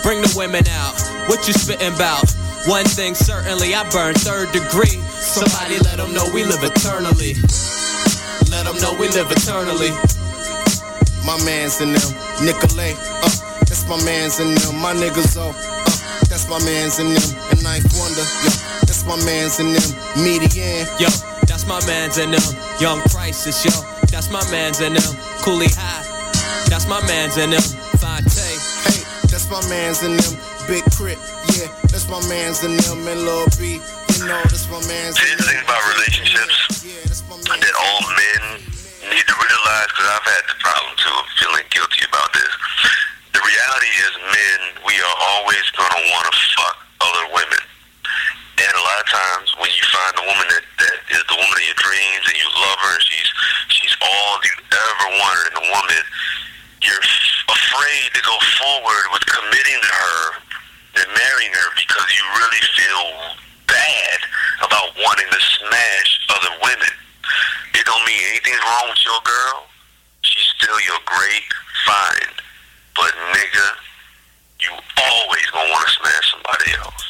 Bring the women out. What you spittin' about? One thing certainly, I burn third degree. Somebody let them know we live eternally. Let them know we live eternally. My mans in them, Nicolay, that's my mans in them. My niggas, that's my mans in them. And Ninth Wonder, yo, that's my mans in them. Median, yo, that's my mans in them. Young Crisis, yo, that's my mans in them. Cooley High, that's my mans in them. Fonte, hey, that's my mans in them. Big Crit, yeah, that's my mans in them. And Lil B, you know, that's my mans in them. The thing about relationships that all men need to realize, because I've had the problem too of feeling guilty about this. The reality is, men, we are always going to want to fuck other women. And a lot of times when you find a woman that is the woman of your dreams and you love her and she's all you ever wanted in a woman, you're afraid to go forward with committing to her and marrying her because you really feel bad about wanting to smash other women. It don't mean anything's wrong with your girl. She's still your great find. But nigga, you always gonna want to smash somebody else.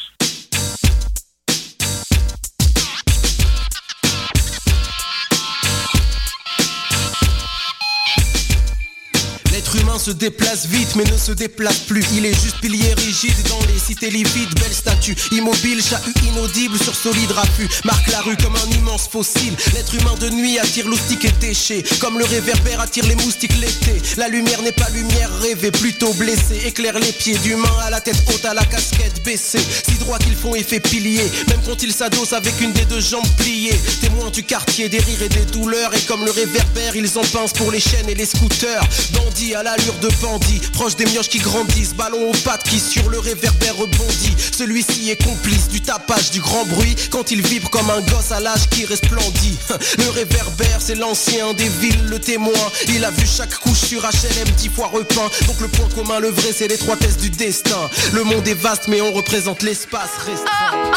L'être humain se déplace vite mais ne se déplace plus. Il est juste pilier rigide dans les cités livides. Belle statue, immobile, chahut inaudible sur solide raffut. Marque la rue comme un immense fossile. L'être humain de nuit attire l'oustique et déchet. Comme le réverbère attire les moustiques l'été. La lumière n'est pas lumière rêvée, plutôt blessée. Éclaire les pieds d'humain à la tête haute, à la casquette baissée. Si droit qu'ils font effet pilier. Même quand ils s'adossent avec une des deux jambes pliées. Témoins du quartier, des rires et des douleurs. Et comme le réverbère, ils en pincent pour les chaînes et les scooters. Bandits à l'allure de bandits, proche des mioches qui grandissent, ballon aux pattes qui sur le réverbère rebondit. Celui-ci est complice du tapage, du grand bruit, quand il vibre comme un gosse à l'âge qui resplendit. Le réverbère, c'est l'ancien des villes, le témoin. Il a vu chaque couche sur HLM 10 fois repeint. Donc le point commun, le vrai, c'est l'étroitesse du destin. Le monde est vaste, mais on représente l'espace restreint.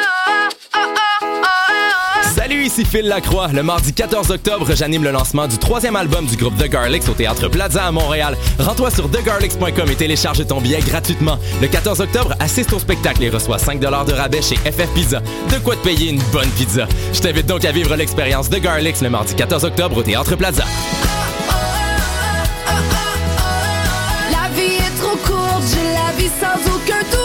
Salut, ici Phil Lacroix. Le mardi 14 octobre, j'anime le lancement du 3e album du groupe The Garlics au Théâtre Plaza à Montréal. Rends-toi sur thegarlics.com et télécharge ton billet gratuitement. Le 14 octobre, assiste au spectacle et reçois 5$ de rabais chez FF Pizza. De quoi te payer une bonne pizza. Je t'invite donc à vivre l'expérience The Garlics le mardi 14 octobre au Théâtre Plaza. La vie est trop courte, je la vis sans aucun doute.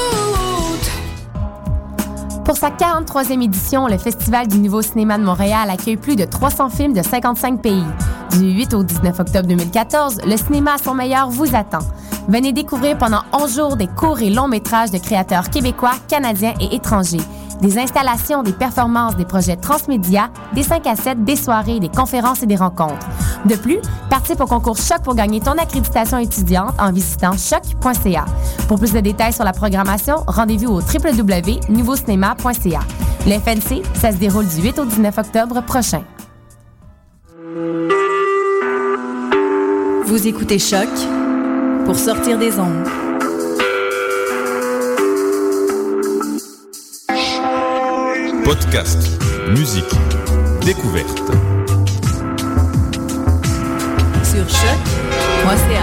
Pour sa 43e édition, le Festival du Nouveau Cinéma de Montréal accueille plus de 300 films de 55 pays. Du 8 au 19 octobre 2014, le cinéma à son meilleur vous attend. Venez découvrir pendant 11 jours des courts et longs métrages de créateurs québécois, canadiens et étrangers. Des installations, des performances, des projets transmédia, des 5 à 7, des soirées, des conférences et des rencontres. De plus, participe au concours Choc pour gagner ton accréditation étudiante en visitant choc.ca. Pour plus de détails sur la programmation, rendez-vous au www.nouveaucinéma.ca. Le FNC, ça se déroule du 8 au 19 octobre prochain. Vous écoutez Choc pour sortir des ondes. Podcast, musique, découverte. Sur choc.ca.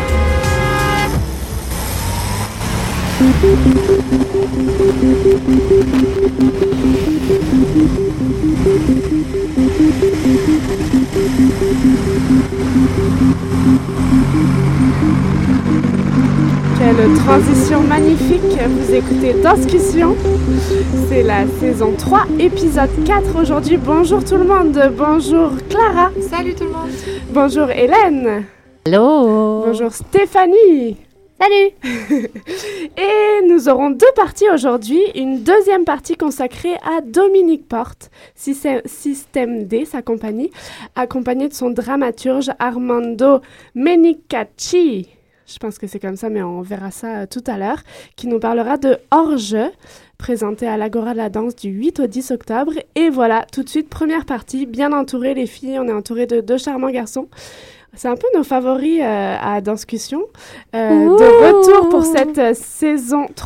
Quelle transition magnifique, vous écoutez Danscussion, c'est la saison 3, épisode 4 aujourd'hui. Bonjour tout le monde, bonjour Clara. Salut tout le monde. Bonjour Hélène. Hello. Bonjour Stéphanie. Salut. Et nous aurons deux parties aujourd'hui, une deuxième partie consacrée à Dominique Porte, Système D, sa compagnie, accompagnée de son dramaturge Armando Menicacci. Je pense que c'est comme ça, mais on verra ça tout à l'heure, qui nous parlera de Hors-jeu, présenté à l'Agora de la danse du 8 au 10 octobre. Et voilà, tout de suite, première partie, bien entourée les filles, on est entouré de deux charmants garçons. C'est un peu nos favoris à Danscussion. De retour pour cette saison 3.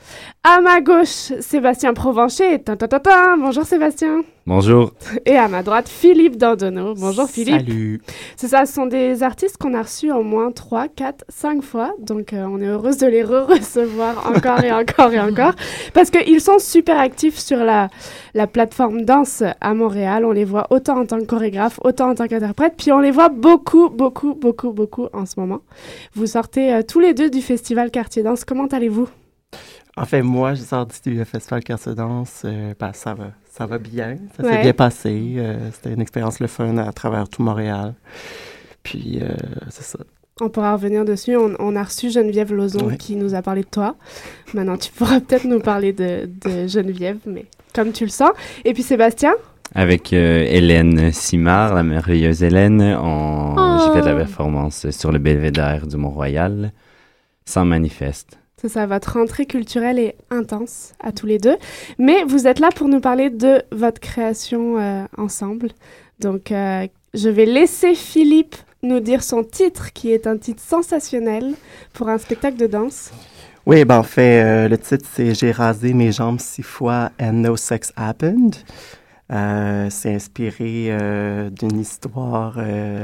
À ma gauche, Sébastien Provencher. Bonjour Sébastien. Bonjour. Et à ma droite, Philippe Dandonneau. Bonjour Philippe. Salut. C'est ça, ce sont des artistes qu'on a reçus au moins 3, 4, 5 fois. Donc on est heureuse de les recevoir encore et encore et encore. Parce qu'ils sont super actifs sur la plateforme Danse à Montréal. On les voit autant en tant que chorégraphe, autant en tant qu'interprète. Puis on les voit beaucoup en ce moment. Vous sortez tous les deux du festival Quartier Danse. Comment allez-vous? En fait, moi, j'ai sorti du festival Quartier Danse. Ça va bien. Ça s'est bien passé. C'était une expérience le fun à travers tout Montréal. Puis, c'est ça. On pourra revenir dessus. On a reçu Geneviève Lauzon qui nous a parlé de toi. Maintenant, tu pourras peut-être nous parler de Geneviève, mais comme tu le sens. Et puis, Sébastien? Avec Hélène Simard, la merveilleuse Hélène, j'ai fait de la performance sur le belvédère du Mont-Royal, sans manifeste. C'est ça, votre rentrée culturelle est intense à tous les deux. Mais vous êtes là pour nous parler de votre création ensemble. Donc, je vais laisser Philippe nous dire son titre, qui est un titre sensationnel pour un spectacle de danse. Oui, ben en fait, le titre, c'est « J'ai rasé mes jambes 6 fois and no sex happened ». C'est inspiré d'une histoire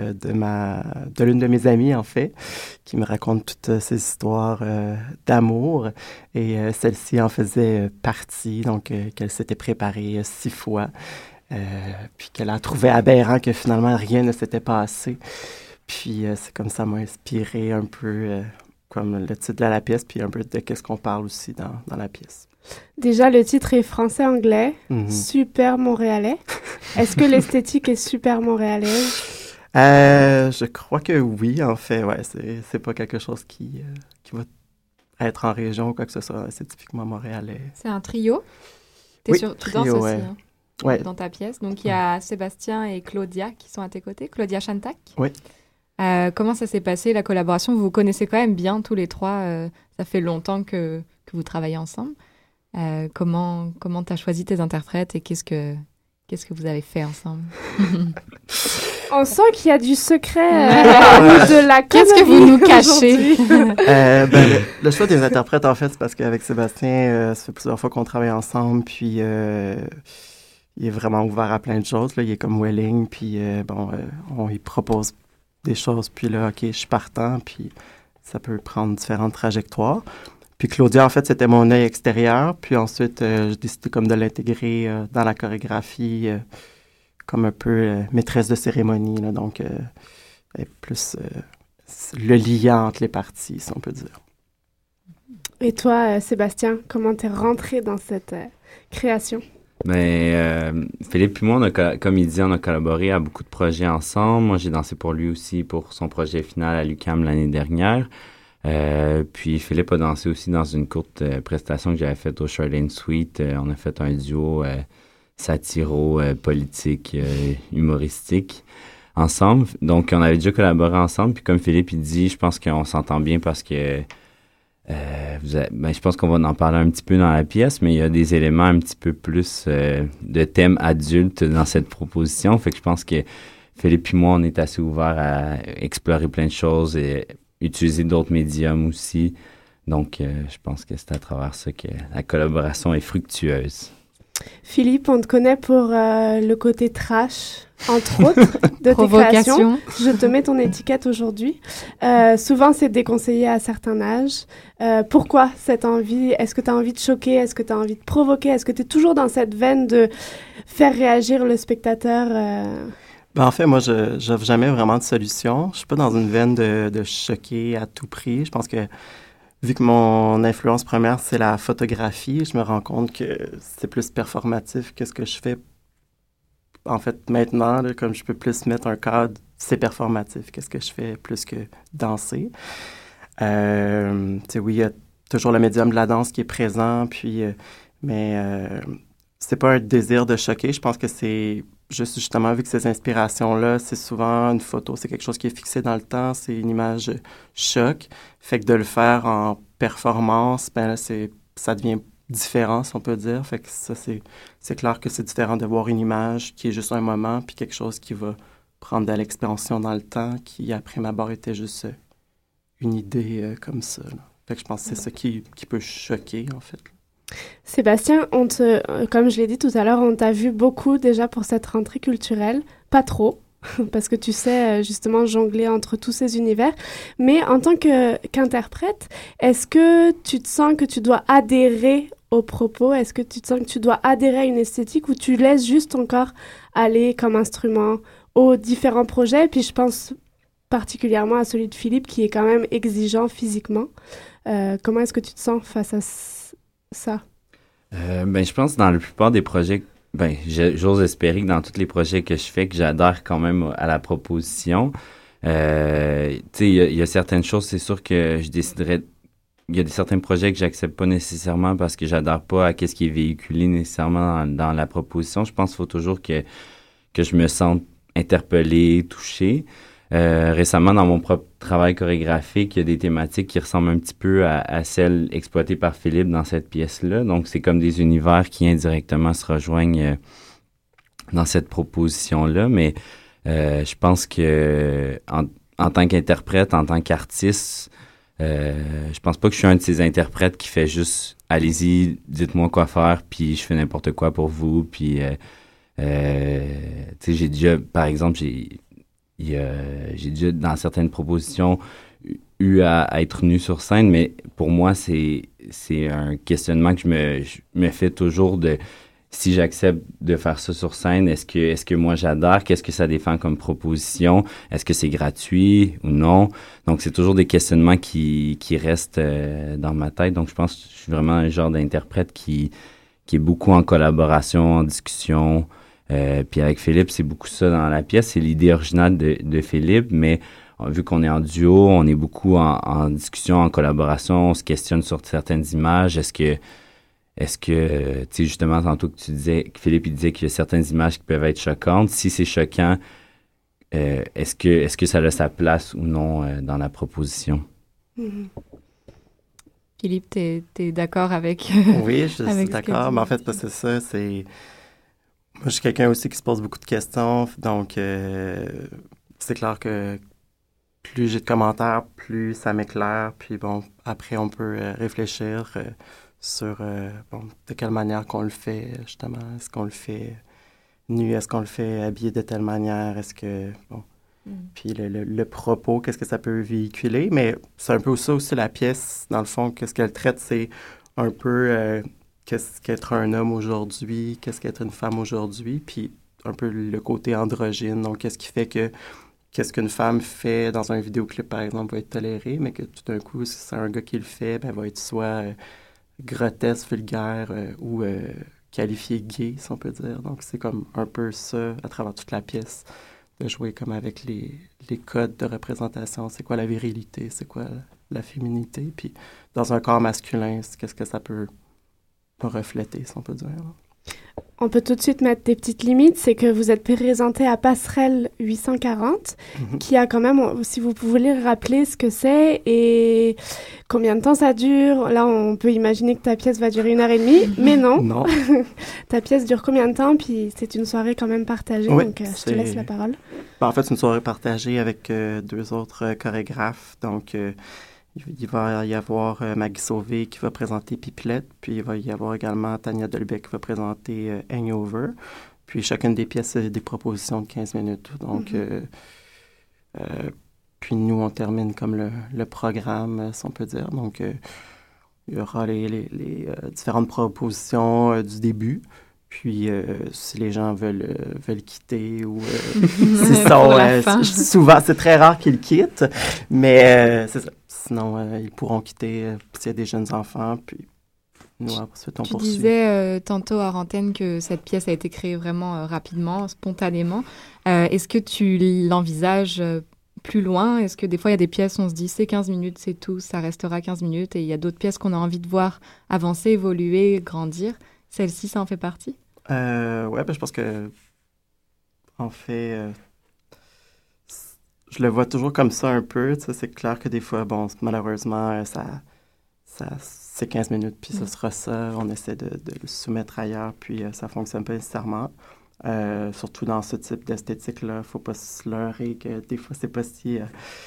de l'une de mes amies, en fait, qui me raconte toutes ces histoires d'amour. Et celle-ci en faisait partie, donc qu'elle s'était préparée 6 fois, puis qu'elle a trouvé aberrant que finalement rien ne s'était passé. Puis c'est comme ça m'a inspiré un peu comme le titre de la pièce, puis un peu de qu'est-ce qu'on parle aussi dans la pièce. Déjà, le titre est français-anglais, super montréalais. Est-ce que l'esthétique est super montréalaise? Je crois que oui, en fait. Ouais, c'est pas quelque chose qui va être en région ou quoi que ce soit. C'est typiquement montréalais. C'est un trio? Tu danses aussi dans ta pièce. Donc, il y a Sébastien et Claudia qui sont à tes côtés. Claudia Chantac. Oui. Comment ça s'est passé, la collaboration? Vous vous connaissez quand même bien tous les trois. Ça fait longtemps que vous travaillez ensemble. Comment tu as choisi tes interprètes et qu'est-ce que vous avez fait ensemble? On sent qu'il y a du secret de la Qu'est-ce que vous nous cachez? Le choix des interprètes, en fait, c'est parce qu'avec Sébastien, ça fait plusieurs fois qu'on travaille ensemble, puis il est vraiment ouvert à plein de choses. Là. Il est comme Welling, puis on lui propose des choses, puis là, OK, je suis partant, puis ça peut prendre différentes trajectoires. Puis Claudia, en fait, c'était mon œil extérieur. Puis ensuite, j'ai décidé comme de l'intégrer dans la chorégraphie comme un peu maîtresse de cérémonie. Là, donc, plus le lien entre les parties, si on peut dire. Et toi, Sébastien, comment t'es rentré dans cette création? Philippe et moi, comme il dit, on a collaboré à beaucoup de projets ensemble. Moi, j'ai dansé pour lui aussi pour son projet final à l'UQAM l'année dernière. Puis Philippe a dansé aussi dans une courte prestation que j'avais faite au Charlene Suite. On a fait un duo satiro-politique, humoristique ensemble. Donc, on avait déjà collaboré ensemble. Puis comme Philippe, il dit, je pense qu'on s'entend bien parce que je pense qu'on va en parler un petit peu dans la pièce, mais il y a des éléments un petit peu plus de thèmes adultes dans cette proposition. Fait que je pense que Philippe et moi, on est assez ouverts à explorer plein de choses et utiliser d'autres médiums aussi. Donc, je pense que c'est à travers ça que la collaboration est fructueuse. Philippe, on te connaît pour le côté trash, entre autres, de tes créations. Je te mets ton étiquette aujourd'hui. Souvent, c'est déconseillé à certains âges. Pourquoi cette envie? Est-ce que tu as envie de choquer? Est-ce que tu as envie de provoquer? Est-ce que tu es toujours dans cette veine de faire réagir le spectateur En fait, moi, je n'offre jamais vraiment de solution. Je suis pas dans une veine de choquer à tout prix. Je pense que vu que mon influence première, c'est la photographie, je me rends compte que c'est plus performatif que ce que je fais. En fait, maintenant, là, comme je peux plus mettre un cadre, c'est performatif. Qu'est-ce que je fais plus que danser? Oui, il y a toujours le médium de la danse qui est présent, puis, mais c'est pas un désir de choquer. Je pense que c'est juste justement, vu que ces inspirations-là, c'est souvent une photo, c'est quelque chose qui est fixé dans le temps, c'est une image choc. Fait que de le faire en performance, ben là, ça devient différent, si on peut dire. Fait que ça, c'est clair que c'est différent de voir une image qui est juste un moment, puis quelque chose qui va prendre de l'expansion dans le temps, qui, après ma barre, était juste une idée comme ça. Là. Fait que je pense que c'est ça qui peut choquer, en fait. Sébastien, comme je l'ai dit tout à l'heure, on t'a vu beaucoup déjà pour cette rentrée culturelle. Pas trop, parce que tu sais justement jongler entre tous ces univers. Mais en tant qu'interprète, est-ce que tu te sens que tu dois adhérer aux propos? Est-ce que tu te sens que tu dois adhérer à une esthétique ou tu laisses juste ton corps aller comme instrument aux différents projets? Puis je pense particulièrement à celui de Philippe qui est quand même exigeant physiquement. Comment est-ce que tu te sens face à ça? Je pense que dans la plupart des projets, j'ose espérer que dans tous les projets que je fais, que j'adhère quand même à la proposition. Tu sais, il y a certaines choses, c'est sûr que je déciderais. Il y a certains projets que j'accepte pas nécessairement parce que j'adhère pas à ce qui est véhiculé nécessairement dans la proposition. Je pense qu'il faut toujours que je me sente interpellé, touché. Récemment, dans mon propre travail chorégraphique, il y a des thématiques qui ressemblent un petit peu à celles exploitées par Philippe dans cette pièce-là. Donc, c'est comme des univers qui indirectement se rejoignent dans cette proposition-là. Mais je pense que en tant qu'interprète, en tant qu'artiste, je pense pas que je suis un de ces interprètes qui fait juste « Allez-y, dites-moi quoi faire, puis je fais n'importe quoi pour vous. » Puis, tu sais, j'ai déjà, par exemple, j'ai déjà, dans certaines propositions, eu à être nu sur scène, mais pour moi, c'est un questionnement que je me fais toujours de si j'accepte de faire ça sur scène, est-ce que moi j'adhère? Qu'est-ce que ça défend comme proposition? Est-ce que c'est gratuit ou non? Donc, c'est toujours des questionnements qui restent dans ma tête. Donc, je pense que je suis vraiment un genre d'interprète qui est beaucoup en collaboration, en discussion. Puis avec Philippe, c'est beaucoup ça dans la pièce. C'est l'idée originale de Philippe, mais vu qu'on est en duo, on est beaucoup en discussion, en collaboration. On se questionne sur certaines images. Est-ce que tu sais, justement, tantôt que tu disais, que Philippe, il disait qu'il y a certaines images qui peuvent être choquantes. Si c'est choquant, est-ce que ça a sa place ou non dans la proposition? Mm-hmm. Philippe, t'es d'accord avec... Oui, je suis d'accord. Mais en fait, parce que ça, c'est... Moi, je suis quelqu'un aussi qui se pose beaucoup de questions. Donc, c'est clair que plus j'ai de commentaires, plus ça m'éclaire. Puis bon, après, on peut réfléchir sur de quelle manière qu'on le fait, justement. Est-ce qu'on le fait nu? Est-ce qu'on le fait habillé de telle manière? Est-ce que... Bon. Puis le propos, qu'est-ce que ça peut véhiculer? Mais c'est un peu ça aussi, la pièce, dans le fond, qu'est-ce qu'elle traite, c'est un peu... qu'est-ce qu'être un homme aujourd'hui, qu'est-ce qu'être une femme aujourd'hui, puis un peu le côté androgyne. Donc, qu'est-ce qui fait que qu'est-ce qu'une femme fait dans un vidéoclip, par exemple, va être toléré, mais que tout d'un coup, si c'est un gars qui le fait, va être soit grotesque, vulgaire ou qualifié gay, si on peut dire. Donc, c'est comme un peu ça, à travers toute la pièce, de jouer comme avec les codes de représentation. C'est quoi la virilité, c'est quoi la féminité, puis dans un corps masculin, qu'est-ce que ça peut refléter, si on peut dire. On peut tout de suite mettre des petites limites, c'est que vous êtes présenté à Passerelle 840, qui a quand même, si vous pouvez rappeler ce que c'est et combien de temps ça dure. Là, on peut imaginer que ta pièce va durer 1h30, mais non. Non. Ta pièce dure combien de temps? Puis c'est une soirée quand même partagée, oui, donc je te laisse la parole. En fait, c'est une soirée partagée avec 2 autres chorégraphes, donc... il va y avoir Maggie Sauvé qui va présenter Pipelette, puis il va y avoir également Tania Delbecq qui va présenter Hangover. Puis chacune des pièces, c'est des propositions de 15 minutes. Donc, puis nous, on termine comme le programme, si on peut dire. Donc, il y aura les différentes propositions du début. Puis, si les gens veulent quitter ou s'ils sont... souvent, c'est très rare qu'ils quittent, mais c'est ça. Sinon, ils pourront quitter s'il y a des jeunes enfants, puis nous, ensuite, on poursuit. Tu disais tantôt à Rantaine que cette pièce a été créée vraiment rapidement, spontanément. Est-ce que tu l'envisages plus loin? Est-ce que des fois, il y a des pièces où on se dit c'est 15 minutes, c'est tout, ça restera 15 minutes, et il y a d'autres pièces qu'on a envie de voir avancer, évoluer, grandir? Celle-ci, ça en fait partie? Oui, je pense que, en fait... je le vois toujours comme ça un peu, tu sais, c'est clair que des fois, bon, malheureusement, ça c'est 15 minutes, puis ce sera ça, on essaie de le soumettre ailleurs, puis ça fonctionne pas nécessairement. Surtout dans ce type d'esthétique-là, faut pas se leurrer que des fois, c'est pas si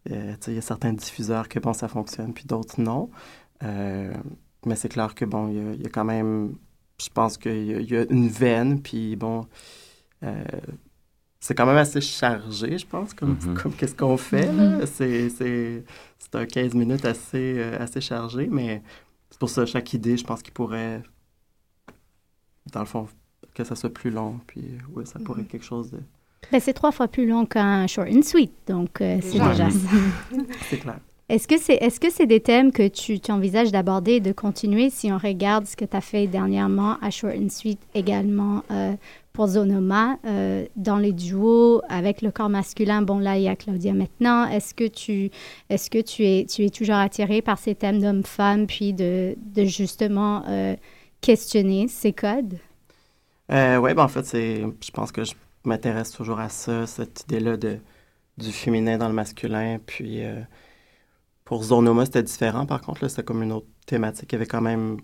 Il y a certains diffuseurs que, bon, ça fonctionne, puis d'autres non. Mais c'est clair que, bon, il y a quand même... Je pense qu'il y a une veine, puis bon... c'est quand même assez chargé, je pense, comme qu'est-ce qu'on fait, là. C'est un 15 minutes assez chargé, mais c'est pour ça, chaque idée, je pense qu'il pourrait, dans le fond, que ça soit plus long, puis oui, ça pourrait être quelque chose de... Ben, c'est 3 fois plus long qu'un short and sweet, donc c'est déjà ça. C'est clair. Est-ce que c'est des thèmes que tu envisages d'aborder et de continuer si on regarde ce que tu as fait dernièrement à Short and Sweet également pour Zonoma, dans les duos avec le corps masculin? Bon, là, il y a Claudia maintenant. Est-ce que tu es toujours attiré par ces thèmes d'hommes-femmes puis de justement questionner ces codes? Oui, ben en fait, je pense que je m'intéresse toujours à ça, cette idée-là du féminin dans le masculin, puis... Pour Zonoma, c'était différent. Par contre, là, c'était comme une autre thématique. Il y avait quand même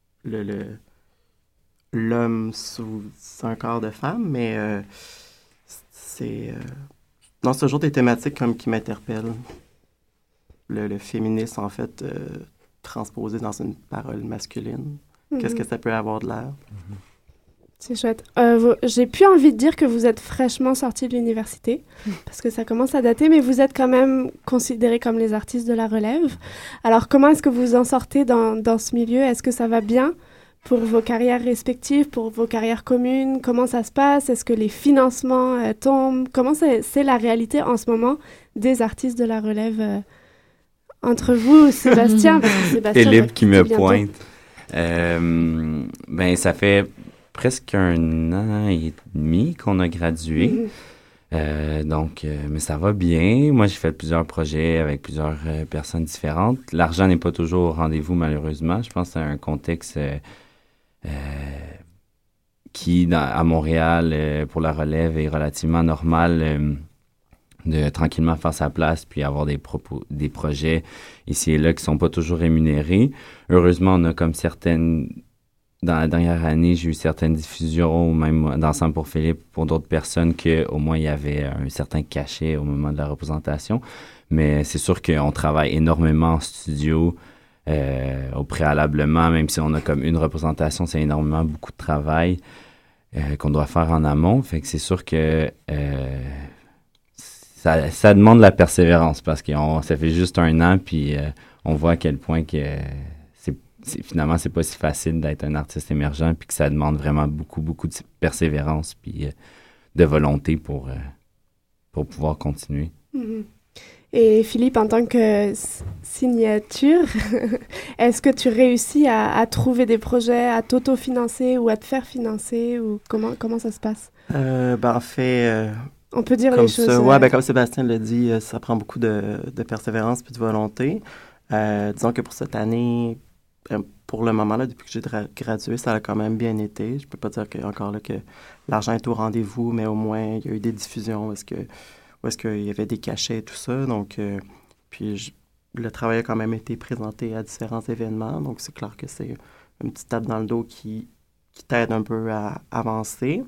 l'homme sous un corps de femme, mais c'est toujours des thématiques comme qui m'interpellent. Le féminisme, en fait, transposé dans une parole masculine. Qu'est-ce que ça peut avoir de l'air? C'est chouette. J'ai plus envie de dire que vous êtes fraîchement sortis de l'université, parce que ça commence à dater, mais vous êtes quand même considérés comme les artistes de la relève. Alors, comment est-ce que vous en sortez dans ce milieu? Est-ce que ça va bien pour vos carrières respectives, pour vos carrières communes? Comment ça se passe? Est-ce que les financements tombent? Comment c'est la réalité en ce moment des artistes de la relève entre vous, Sébastien? Parce que Sébastien Philippe qui me bientôt. pointe. Ben, ça fait... presque 1 an et demi qu'on a gradué. Donc, mais ça va bien. Moi, j'ai fait plusieurs projets avec plusieurs personnes différentes. L'argent n'est pas toujours au rendez-vous, malheureusement. Je pense que c'est un contexte qui, à Montréal, pour la relève, est relativement normal de tranquillement faire sa place puis avoir des projets ici et là qui sont pas toujours rémunérés. Heureusement, on a comme certaines... Dans la dernière année, j'ai eu certaines diffusions, même d'Ensemble pour Philippe, pour d'autres personnes, qu'au moins il y avait un certain cachet au moment de la représentation. Mais c'est sûr qu'on travaille énormément en studio, au préalablement, même si on a comme une représentation, c'est énormément beaucoup de travail qu'on doit faire en amont. Fait que c'est sûr que ça demande de la persévérance parce que ça fait juste 1 an, puis on voit à quel point que... finalement, c'est pas si facile d'être un artiste émergent puis que ça demande vraiment beaucoup, beaucoup de persévérance puis de volonté pour pouvoir continuer. Et Philippe, en tant que signature, est-ce que tu réussis à trouver des projets, à t'autofinancer ou à te faire financer ou comment ça se passe? En fait... on peut dire comme les choses... ça, ouais, comme Sébastien l'a dit, ça prend beaucoup de persévérance puis de volonté. Disons que pour cette année... Pour le moment, là, depuis que j'ai gradué, ça a quand même bien été. Je peux pas dire encore là, que l'argent est au rendez-vous, mais au moins, il y a eu des diffusions où est-ce qu'il y avait des cachets et tout ça. Donc, le travail a quand même été présenté à différents événements. Donc, c'est clair que c'est une petite tape dans le dos qui t'aide un peu à avancer.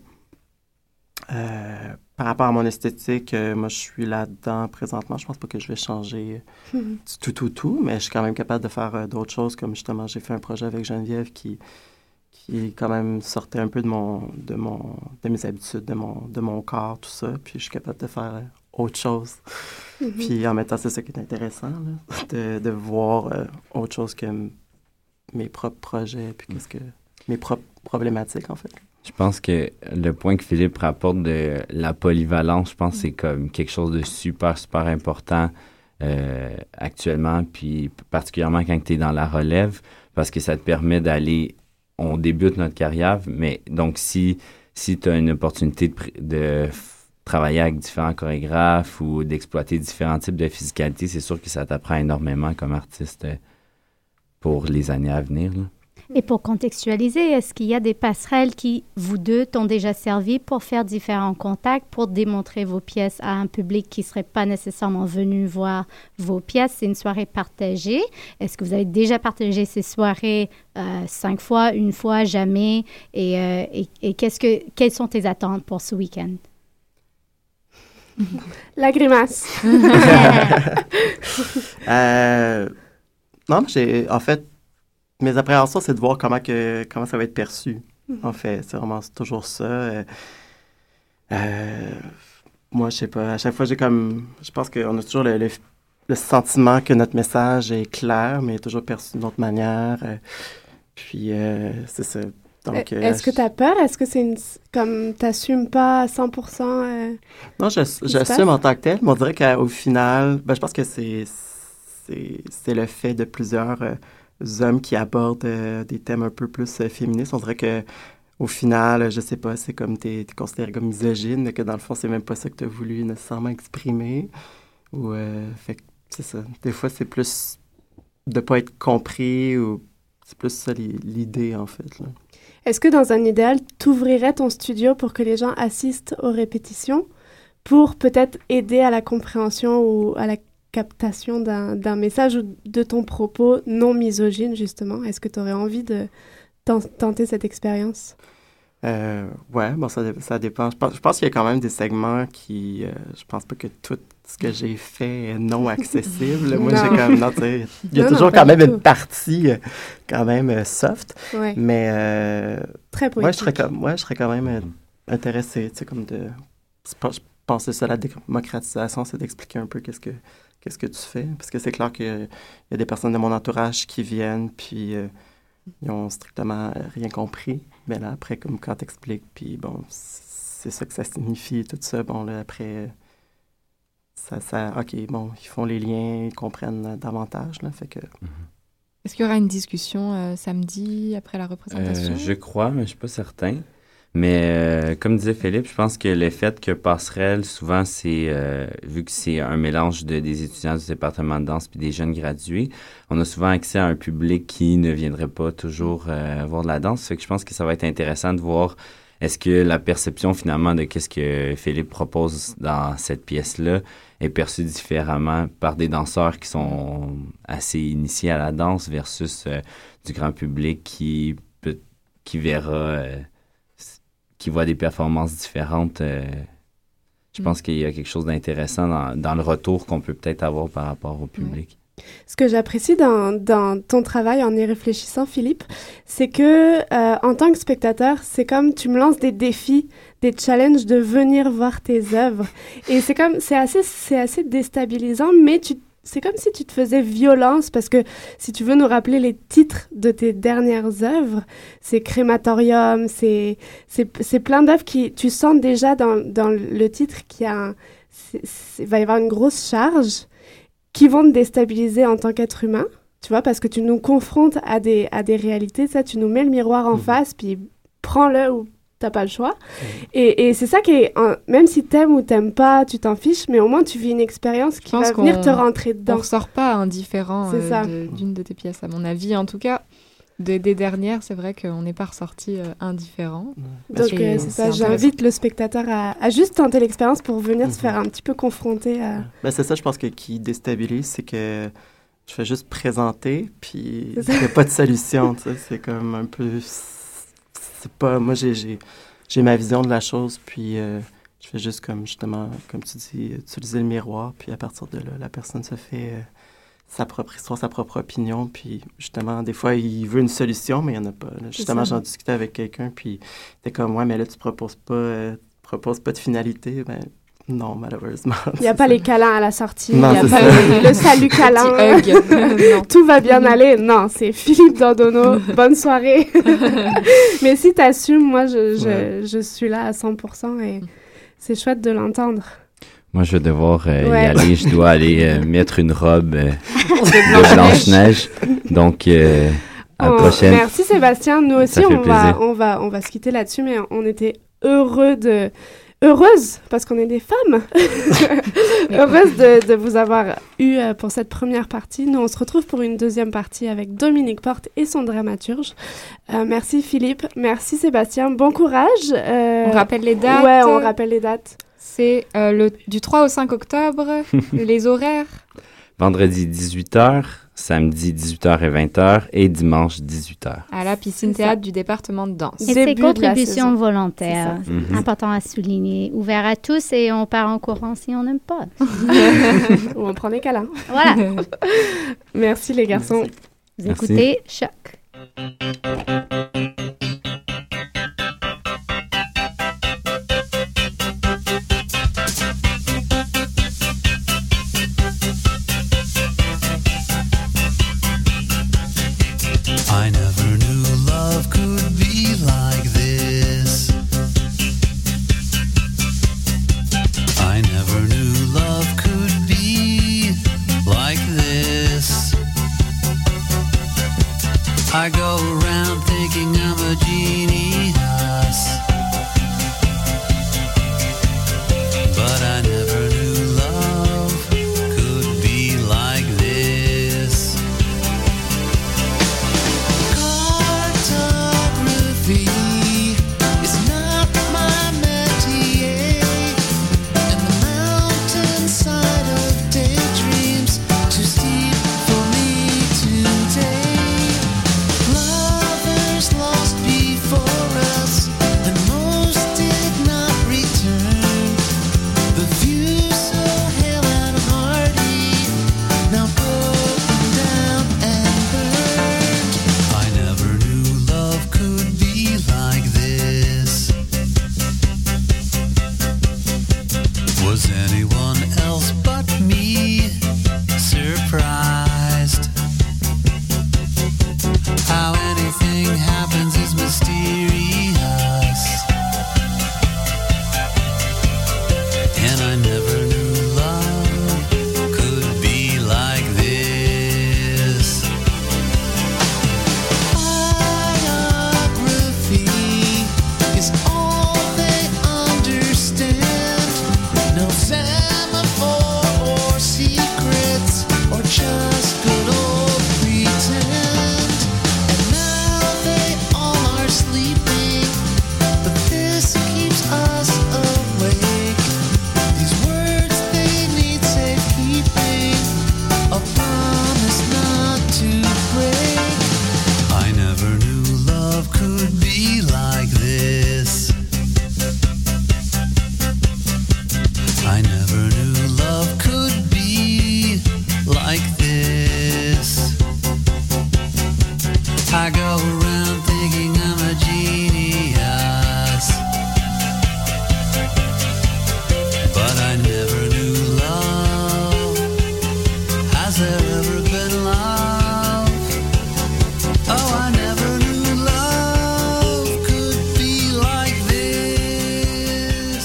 Par rapport à mon esthétique, moi, je suis là-dedans présentement. Je pense pas que je vais changer du tout, mais je suis quand même capable de faire d'autres choses, comme justement, j'ai fait un projet avec Geneviève qui quand même sortait un peu de mes habitudes, de mon corps, tout ça. Puis je suis capable de faire autre chose. Puis en même temps, c'est ça qui est intéressant, là, de voir autre chose que mes propres projets, puis mes propres problématiques, en fait. Je pense que le point que Philippe rapporte de la polyvalence, je pense que c'est comme quelque chose de super, super important actuellement, puis particulièrement quand tu es dans la relève, parce que ça te permet d'aller... On débute notre carrière, mais donc si tu as une opportunité de travailler avec différents chorégraphes ou d'exploiter différents types de physicalité, c'est sûr que ça t'apprend énormément comme artiste pour les années à venir, là. Et pour contextualiser, est-ce qu'il y a des passerelles qui, vous deux, t'ont déjà servi pour faire différents contacts, pour démontrer vos pièces à un public qui ne serait pas nécessairement venu voir vos pièces? C'est une soirée partagée. Est-ce que vous avez déjà partagé ces soirées 5 fois, 1 fois, jamais? Et quelles sont tes attentes pour ce week-end? La grimace. Non, en fait, mes appréhensions, c'est de voir comment ça va être perçu. En fait, c'est toujours ça. Moi, je sais pas, à chaque fois, je pense qu'on a toujours le sentiment que notre message est clair, mais toujours perçu d'une autre manière. Puis, c'est ça. Donc, est-ce que tu as peur? Est-ce que c'est comme t'assumes pas à 100%? Non, j'assume en tant que tel, mais on dirait qu'au final, je pense que c'est le fait de plusieurs hommes qui abordent des thèmes un peu plus féministes. On dirait que au final, je sais pas, c'est comme t'es considéré comme misogyne, mais que dans le fond, c'est même pas ça que t'as voulu nécessairement exprimer. Ou, fait que c'est ça. Des fois, c'est plus de pas être compris, ou c'est plus ça l'idée, en fait, là. Est-ce que dans un idéal, tu ouvrirais ton studio pour que les gens assistent aux répétitions pour peut-être aider à la compréhension ou à la captation d'un message ou de ton propos non misogyne, justement? Est-ce que tu aurais envie de tenter cette expérience? Ouais, bon, ça dépend. Je pense qu'il y a quand même des segments qui... je pense pas que tout ce que j'ai fait est non accessible. Moi, j'ai comme... Non, tu sais, il y a toujours quand même une partie quand même soft. Ouais. Mais... Très poétique. Je serais quand même intéressé, tu sais, comme de... Je pense que ça, la démocratisation, c'est d'expliquer un peu qu'est-ce que tu fais. Parce que c'est clair qu'il y a des personnes de mon entourage qui viennent, puis... ils ont strictement rien compris. Mais là, après, comme quand t'expliques, puis bon, c'est ça que ça signifie, tout ça. Bon, là, après, OK, bon, ils font les liens, ils comprennent davantage, là, fait que... Est-ce qu'il y aura une discussion samedi, après la représentation? Je crois, mais je suis pas certain. Mais comme disait Philippe, je pense que le fait que Passerelle, souvent, c'est vu que c'est un mélange des étudiants du département de danse puis des jeunes gradués, on a souvent accès à un public qui ne viendrait pas toujours voir de la danse. Fait que je pense que ça va être intéressant de voir est-ce que la perception finalement de qu'est-ce que Philippe propose dans cette pièce-là est perçue différemment par des danseurs qui sont assez initiés à la danse versus du grand public qui verra... qui voit des performances différentes. Je pense qu'il y a quelque chose d'intéressant dans le retour qu'on peut peut-être avoir par rapport au public. Ce que j'apprécie dans ton travail en y réfléchissant, Philippe, c'est que en tant que spectateur, c'est comme tu me lances des défis, des challenges de venir voir tes œuvres. Et c'est assez déstabilisant, mais c'est comme si tu te faisais violence, parce que si tu veux nous rappeler les titres de tes dernières œuvres, c'est Crématorium, c'est plein d'œuvres qui, tu sens déjà dans le titre qu'il y a va y avoir une grosse charge qui vont te déstabiliser en tant qu'être humain, tu vois, parce que tu nous confrontes à des réalités, ça, tu nous mets le miroir en face, puis prends-le ou t'as pas le choix. Et c'est ça qui est... même si t'aimes ou t'aimes pas, tu t'en fiches, mais au moins tu vis une expérience qui va venir te rentrer dedans. On ressort pas indifférent d'une de tes pièces, à mon avis. En tout cas, des dernières, c'est vrai qu'on n'est pas ressorti indifférent. Donc c'est ça, j'invite le spectateur à juste tenter l'expérience pour venir se faire un petit peu confronter à... c'est ça, je pense, qui déstabilise, c'est que je fais juste présenter, puis il n'y a pas de solution, tu sais, c'est comme un peu... C'est pas... Moi, j'ai ma vision de la chose, puis je fais juste comme, justement, comme tu dis, utiliser le miroir, puis à partir de là, la personne se fait sa propre histoire, sa propre opinion, puis justement, des fois, il veut une solution, mais il n'y en a pas. Là. Justement, j'en discutais avec quelqu'un, puis t'es comme, ouais, mais là, tu proposes pas de finalité, ben... Non, malheureusement. Il n'y a pas les câlins à la sortie, non, il n'y a pas le salut câlin. Tout va bien aller. Non, c'est Philippe Dandonneau. Bonne soirée. Mais si tu assumes, moi, je suis là à 100% et c'est chouette de l'entendre. Moi, je vais devoir y aller. Je dois aller mettre une robe de Blanche-Neige. Donc, à la prochaine. Merci Sébastien. Nous aussi, on va se quitter là-dessus, mais on était heureuse, parce qu'on est des femmes, heureuse de vous avoir eu pour cette première partie. Nous, on se retrouve pour une deuxième partie avec Dominique Porte et son dramaturge. Merci Philippe, merci Sébastien, bon courage. On rappelle les dates. Ouais, on rappelle les dates. C'est du 3 au 5 octobre, les horaires. Vendredi 18h, samedi 18h et 20h et dimanche 18h. À la piscine-théâtre du département de danse. Et c'est contribution volontaire. Mhm. Important à souligner. Ouvert à tous et on part en courant si on n'aime pas. Ou on prend des câlins. Voilà. Merci les garçons. Vous écoutez Choc. I never knew love could be like this. I never knew love could be like this. I go around thinking I'm a genius, but I never knew love could be like this. Cartography is not my métier, and the mountainside of daydreams too steep for me today. Lovers lost before us, and most did not return. The view so hale and hearty, now broken down and burned. I never knew love could be like this. Was anyone else but me surprised? How anything happens is mysterious, and I never knew love could be like this. Biography is all they understand. No semaphore or secrets or just good old pretend. And now they all are sleeping, but this keeps us awake. These words they need safekeeping, a promise not to break. I never knew love could be like this. I never knew love could be like this. I go around thinking I'm a genius, but I never knew love. Has there ever been love? Oh, I never knew love could be like this.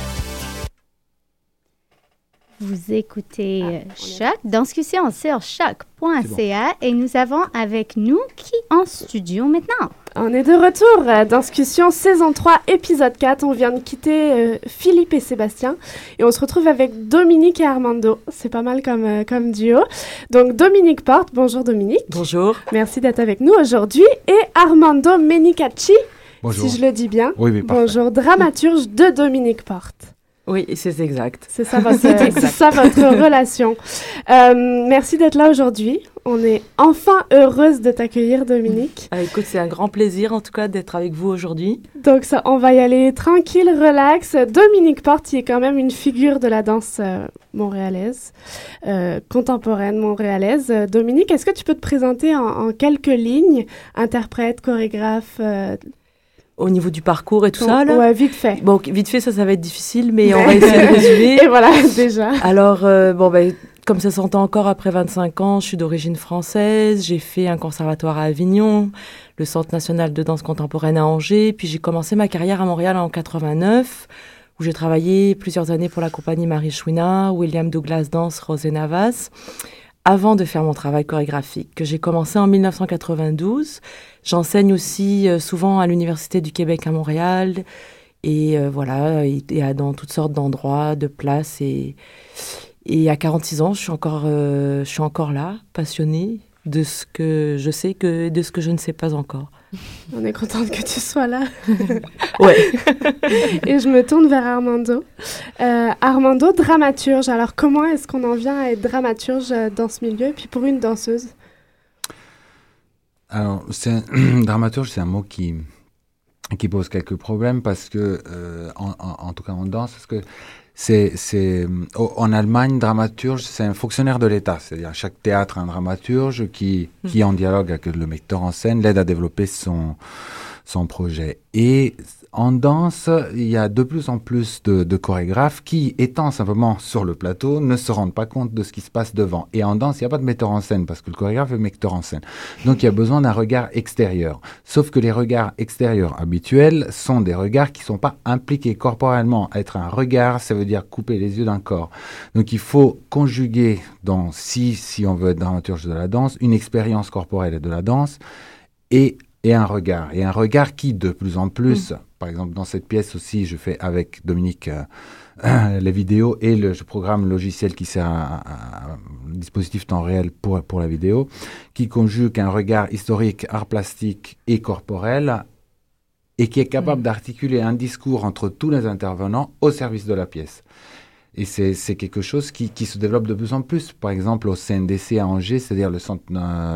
Vous écoutez Choc, discussion sur choc.ca et nous avons avec nous qui en studio maintenant? On est de retour dans Discussion saison 3, épisode 4. On vient de quitter Philippe et Sébastien et on se retrouve avec Dominique et Armando. C'est pas mal comme duo. Donc Dominique Porte, bonjour Dominique. Bonjour. Merci d'être avec nous aujourd'hui. Et Armando Menicacci, Bonjour. si je le dis bien. Oui, parfait. Bonjour, dramaturge de Dominique Porte. Oui, c'est exact. C'est ça votre relation. Merci d'être là aujourd'hui. On est enfin heureuse de t'accueillir, Dominique. Écoute, c'est un grand plaisir en tout cas d'être avec vous aujourd'hui. Donc ça, on va y aller tranquille, relax. Dominique Porte, qui est quand même une figure de la danse montréalaise, contemporaine montréalaise. Dominique, est-ce que tu peux te présenter en quelques lignes, interprète, chorégraphe Au niveau du parcours et tout ça, là? Ouais, vite fait. Bon, vite fait, ça va être difficile, mais on va essayer de résumer. Et voilà, déjà. Alors, comme ça s'entend encore, après 25 ans, je suis d'origine française. J'ai fait un conservatoire à Avignon, le Centre national de danse contemporaine à Angers. Puis j'ai commencé ma carrière à Montréal en 89, où j'ai travaillé plusieurs années pour la compagnie Marie Chouinard, William Douglas Dance, Rosé Navas, avant de faire mon travail chorégraphique, que j'ai commencé en 1992. J'enseigne aussi souvent à l'Université du Québec à Montréal, et dans toutes sortes d'endroits, de places. Et à 46 ans, je suis encore là, passionnée de ce que je sais que de ce que je ne sais pas encore. On est contente que tu sois là. Ouais. Et je me tourne vers Armando. Armando, dramaturge. Alors, comment est-ce qu'on en vient à être dramaturge dans ce milieu? Et puis pour une danseuse? Alors, dramaturge, c'est un mot qui pose quelques problèmes parce que, en tout cas en danse, parce que en Allemagne, dramaturge, c'est un fonctionnaire de l'État. C'est-à-dire, chaque théâtre a un dramaturge qui en dialogue avec le metteur en scène, l'aide à développer son projet. Et en danse, il y a de plus en plus de chorégraphes qui, étant simplement sur le plateau, ne se rendent pas compte de ce qui se passe devant. Et en danse, il n'y a pas de metteur en scène parce que le chorégraphe est metteur en scène. Donc, il y a besoin d'un regard extérieur. Sauf que les regards extérieurs habituels sont des regards qui ne sont pas impliqués corporellement. Être un regard, ça veut dire couper les yeux d'un corps. Donc, il faut conjuguer si on veut être dramaturge de la danse, une expérience corporelle de la danse et un regard qui, de plus en plus, par exemple, dans cette pièce aussi, je fais avec Dominique les vidéos et je programme le logiciel qui sert à dispositif temps réel pour la vidéo, qui conjugue un regard historique, art plastique et corporel, et qui est capable d'articuler un discours entre tous les intervenants au service de la pièce. Et c'est quelque chose qui se développe de plus en plus. Par exemple, au CNDC à Angers, c'est-à-dire le Centre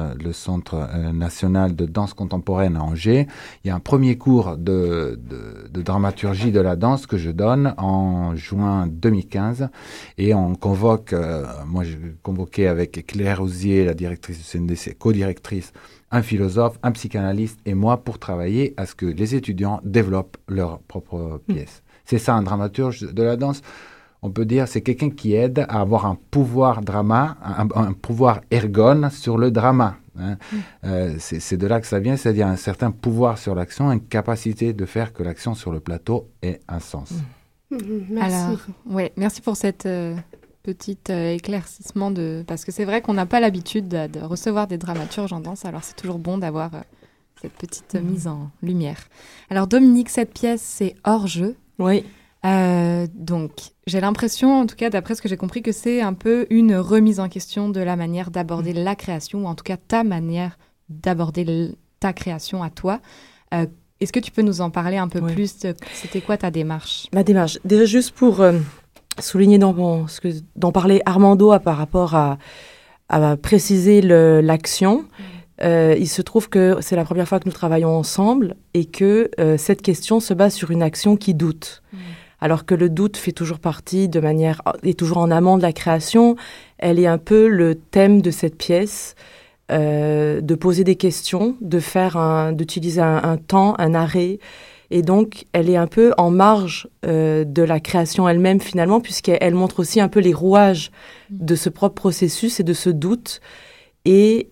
national de danse contemporaine à Angers, il y a un premier cours de dramaturgie de la danse que je donne en juin 2015. Et on convoque, moi j'ai convoqué avec Claire Rousier, la directrice du CNDC, co-directrice, un philosophe, un psychanalyste et moi pour travailler à ce que les étudiants développent leur propre pièce. C'est ça un dramaturge de la danse. On peut dire c'est quelqu'un qui aide à avoir un pouvoir drama, un pouvoir ergone sur le drama. Hein. C'est de là que ça vient, c'est-à-dire un certain pouvoir sur l'action, une capacité de faire que l'action sur le plateau ait un sens. Merci. Alors, merci pour cette petit éclaircissement parce que c'est vrai qu'on n'a pas l'habitude de recevoir des dramaturges en danse, alors c'est toujours bon d'avoir cette petite mise en lumière. Alors Dominique, cette pièce, c'est hors jeu. Oui. Donc, j'ai l'impression, en tout cas, d'après ce que j'ai compris, que c'est un peu une remise en question de la manière d'aborder la création, ou en tout cas ta manière d'aborder ta création à toi. Est-ce que tu peux nous en parler un peu plus? C'était quoi ta démarche? Ma démarche, déjà juste pour souligner dont parlait Armando par rapport à préciser l'action. Il se trouve que c'est la première fois que nous travaillons ensemble et que cette question se base sur une action qui doute. Alors que le doute fait toujours partie est toujours en amont de la création. Elle est un peu le thème de cette pièce, de poser des questions, d'utiliser un temps, un arrêt. Et donc, elle est un peu en marge de la création elle-même finalement, puisqu'elle montre aussi un peu les rouages de ce propre processus et de ce doute. Et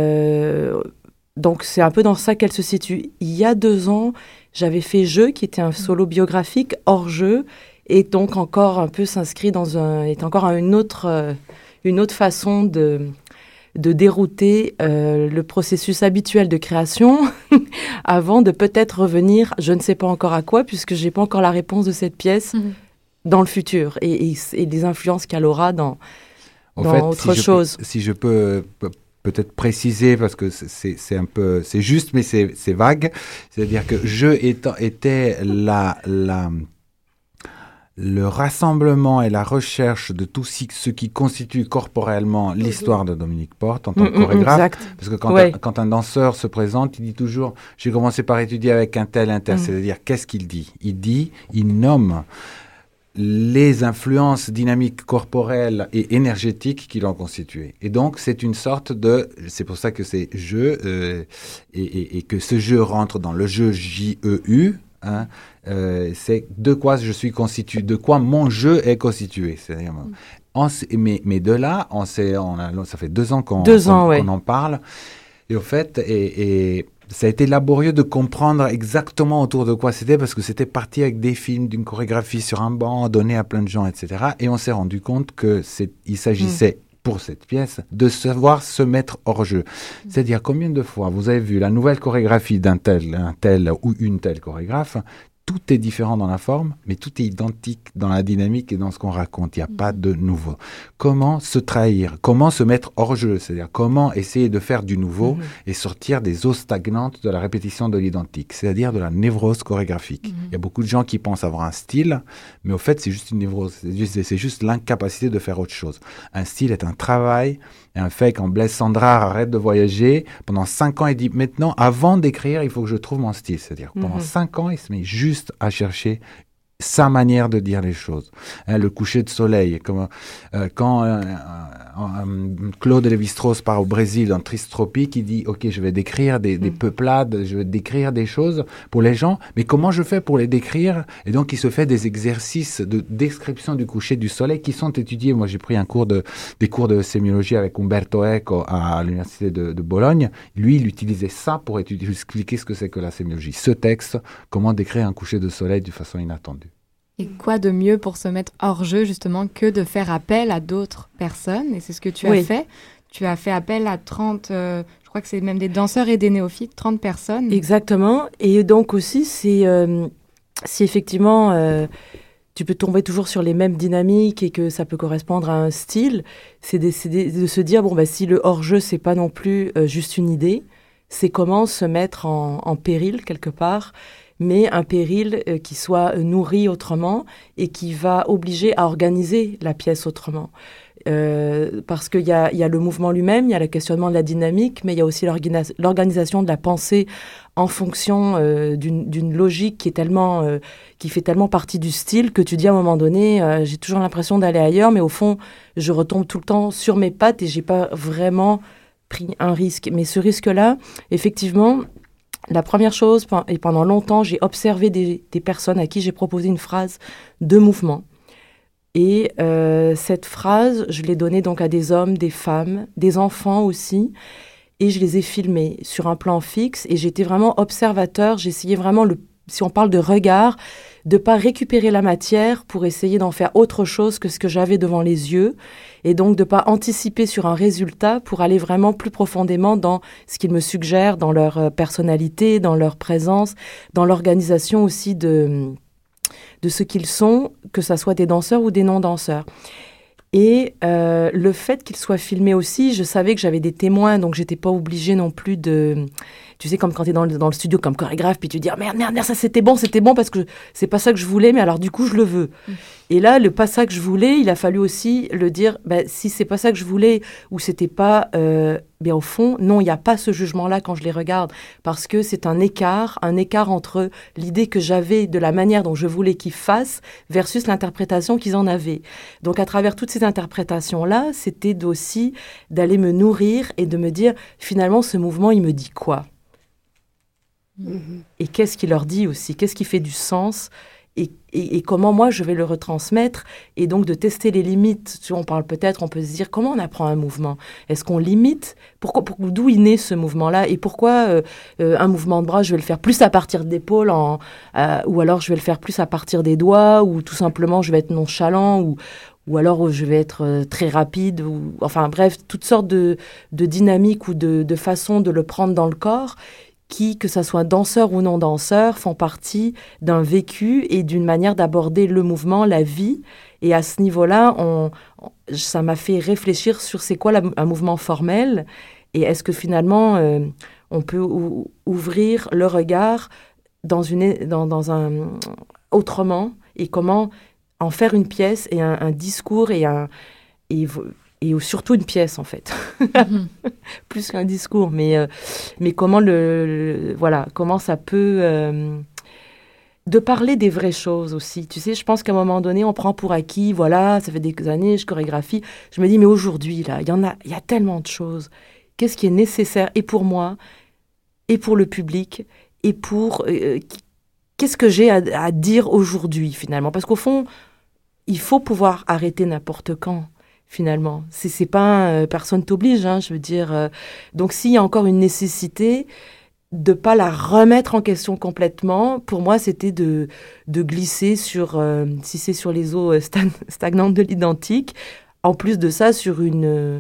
donc, c'est un peu dans ça qu'elle se situe. Il y a 2 ans, j'avais fait Jeu, qui était un solo biographique hors jeu, et donc encore un peu est encore une autre façon de dérouter le processus habituel de création avant de peut-être revenir, je ne sais pas encore à quoi, puisque j'ai pas encore la réponse de cette pièce dans le futur et les influences qu'elle aura dans autre chose. Si je peux peut-être préciser, parce que c'est juste, mais c'est vague. C'est-à-dire que Jeu était le rassemblement et la recherche de tout ce qui constitue corporellement l'histoire de Dominique Porte en tant que chorégraphe. Exact. Parce que quand un danseur se présente, il dit toujours « j'ai commencé par étudier avec un tel. » C'est-à-dire, qu'est-ce qu'il dit? Il nomme les influences dynamiques corporelles et énergétiques qui l'ont constitué. Et donc, c'est une sorte c'est pour ça que c'est jeu, et que ce jeu rentre dans le jeu JEU, hein, c'est de quoi je suis constitué, de quoi mon jeu est constitué. C'est-à-dire, mais de là, ça fait 2 ans qu'on en parle. Et au fait, ça a été laborieux de comprendre exactement autour de quoi c'était, parce que c'était parti avec des films, d'une chorégraphie sur un banc, donné à plein de gens, etc. Et on s'est rendu compte qu'il s'agissait, pour cette pièce, de savoir se mettre hors jeu. C'est-à-dire, combien de fois vous avez vu la nouvelle chorégraphie d'un tel ou une telle chorégraphe, tout est différent dans la forme, mais tout est identique dans la dynamique et dans ce qu'on raconte. Il n'y a pas de nouveau. Comment se trahir? Comment se mettre hors jeu? C'est-à-dire comment essayer de faire du nouveau et sortir des eaux stagnantes de la répétition de l'identique, c'est-à-dire de la névrose chorégraphique. Il y a beaucoup de gens qui pensent avoir un style, mais au fait, c'est juste une névrose. C'est juste l'incapacité de faire autre chose. Un style est un travail. Et un fait, quand Blaise Cendrars arrête de voyager, pendant 5 ans, il dit, maintenant, avant d'écrire, il faut que je trouve mon style. C'est-à-dire, pendant 5 ans, il se met juste à chercher sa manière de dire les choses. Le coucher de soleil, quand Claude Lévi-Strauss part au Brésil dans Triste Tropique, il dit « Ok, je vais décrire des peuplades, je vais décrire des choses pour les gens, mais comment je fais pour les décrire ?» Et donc, il se fait des exercices de description du coucher du soleil qui sont étudiés. Moi, j'ai pris des cours de sémiologie avec Umberto Eco à l'université de Bologne. Lui, il utilisait ça pour expliquer ce que c'est que la sémiologie. Ce texte, comment décrire un coucher de soleil de façon inattendue. Et quoi de mieux pour se mettre hors jeu, justement, que de faire appel à d'autres personnes? Et c'est ce que tu as fait. Tu as fait appel à 30, je crois que c'est même des danseurs et des néophytes, 30 personnes. Exactement. Et donc aussi, si effectivement, tu peux tomber toujours sur les mêmes dynamiques et que ça peut correspondre à un style, c'est de se dire, bon, bah, si le hors-jeu, c'est pas non plus juste une idée, c'est comment se mettre en péril, quelque part, mais un péril qui soit nourri autrement et qui va obliger à organiser la pièce autrement. Parce qu'il y a le mouvement lui-même, il y a le questionnement de la dynamique, mais il y a aussi l'organisation de la pensée en fonction d'une logique qui fait tellement partie du style que tu dis à un moment donné, j'ai toujours l'impression d'aller ailleurs, mais au fond, je retombe tout le temps sur mes pattes et j'ai pas vraiment pris un risque. Mais ce risque-là, effectivement, la première chose, et pendant longtemps, j'ai observé des personnes à qui j'ai proposé une phrase de mouvement. Et cette phrase, je l'ai donnée donc à des hommes, des femmes, des enfants aussi. Et je les ai filmés sur un plan fixe. Et j'étais vraiment observateur. J'essayais vraiment, si on parle de regard, de ne pas récupérer la matière pour essayer d'en faire autre chose que ce que j'avais devant les yeux. Et donc de ne pas anticiper sur un résultat pour aller vraiment plus profondément dans ce qu'ils me suggèrent, dans leur personnalité, dans leur présence, dans l'organisation aussi de ce qu'ils sont, que ça soit des danseurs ou des non-danseurs. Et le fait qu'ils soient filmés aussi, je savais que j'avais des témoins, donc j'étais pas obligée non plus de... Tu sais, comme quand tu es dans le studio comme chorégraphe, puis tu dis « Merde, ça c'était bon parce que c'est pas ça que je voulais, mais alors du coup je le veux. » Et là, le pas ça que je voulais, il a fallu aussi le dire, si c'est pas ça que je voulais, ou c'était pas... au fond, non, il n'y a pas ce jugement-là quand je les regarde, parce que c'est un écart entre l'idée que j'avais de la manière dont je voulais qu'ils fassent versus l'interprétation qu'ils en avaient. Donc, à travers toutes ces interprétations-là, c'était aussi d'aller me nourrir et de me dire, finalement, ce mouvement, il me dit quoi ? Et qu'est-ce qu'il leur dit aussi ? Qu'est-ce qui fait du sens ? Et comment moi je vais le retransmettre, et donc de tester les limites. On peut se dire comment on apprend un mouvement. Est-ce qu'on limite ? D'où il naît ce mouvement-là ? Et pourquoi un mouvement de bras, je vais le faire plus à partir d'épaules, ou alors je vais le faire plus à partir des doigts, ou tout simplement je vais être nonchalant, ou alors je vais être très rapide, enfin bref, toutes sortes de dynamiques ou de façons de le prendre dans le corps, qui, que ça soit danseur ou non danseur, font partie d'un vécu et d'une manière d'aborder le mouvement, la vie. Et à ce niveau-là, ça m'a fait réfléchir sur c'est quoi un mouvement formel, et est-ce que finalement on peut ouvrir le regard autrement, et comment en faire une pièce et un discours et surtout une pièce, en fait. Plus qu'un discours. Mais comment comment ça peut... de parler des vraies choses aussi. Tu sais, je pense qu'à un moment donné, on prend pour acquis, ça fait des années, je chorégraphie. Je me dis, mais aujourd'hui, là, il y a tellement de choses. Qu'est-ce qui est nécessaire, et pour moi, et pour le public, et pour... qu'est-ce que j'ai à dire aujourd'hui, finalement ? Parce qu'au fond, il faut pouvoir arrêter n'importe quand. Finalement, c'est pas personne t'oblige, je veux dire. Donc, s'il y a encore une nécessité de pas la remettre en question complètement, pour moi, c'était de glisser sur, si c'est sur les eaux stagnantes de l'identique, en plus de ça, sur une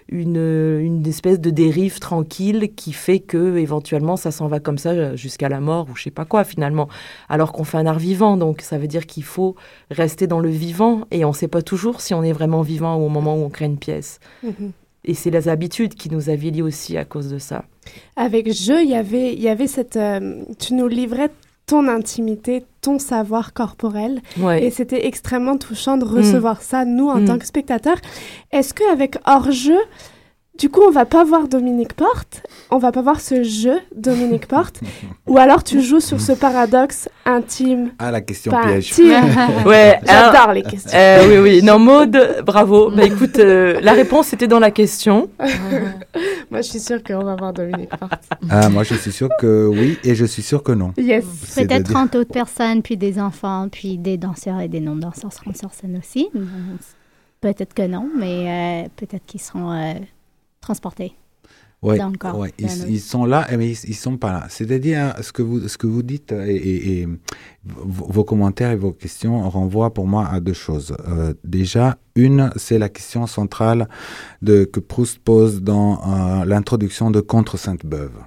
espèce de dérive tranquille qui fait que éventuellement ça s'en va comme ça jusqu'à la mort ou je sais pas quoi finalement. Alors qu'on fait un art vivant, donc ça veut dire qu'il faut rester dans le vivant et on sait pas toujours si on est vraiment vivant au moment où on crée une pièce. Et c'est les habitudes qui nous avilient aussi à cause de ça. Avec Jeu, il y avait cette... tu nous livrais ton intimité, ton savoir corporel. Ouais. Et c'était extrêmement touchant de recevoir ça, nous, en tant que spectateurs. Est-ce qu'avec Hors-jeu, du coup, on va pas voir Dominique Porte, on va pas voir ce jeu Dominique Porte, ou alors tu joues sur ce paradoxe intime. Ah, la question pas piège. intime. Ouais, J'adore les questions. Oui. Non, Maud, bravo. Bah écoute, la réponse était dans la question. Moi, je suis sûre qu'on va voir Dominique Porte. Ah, moi, je suis sûr que oui, et je suis sûr que non. Yes. Peut-être 30 autres personnes, puis des enfants, puis des danseurs et des non-danseurs seront sur scène aussi. Peut-être que non, mais peut-être qu'ils seront transportés. Ouais, dans le corps. ouais. Ils sont là, mais ils sont pas là. C'est-à-dire, ce que vous dites et vos commentaires et vos questions renvoient pour moi à deux choses. Déjà, une, c'est la question centrale que Proust pose dans l'introduction de Contre Sainte-Beuve.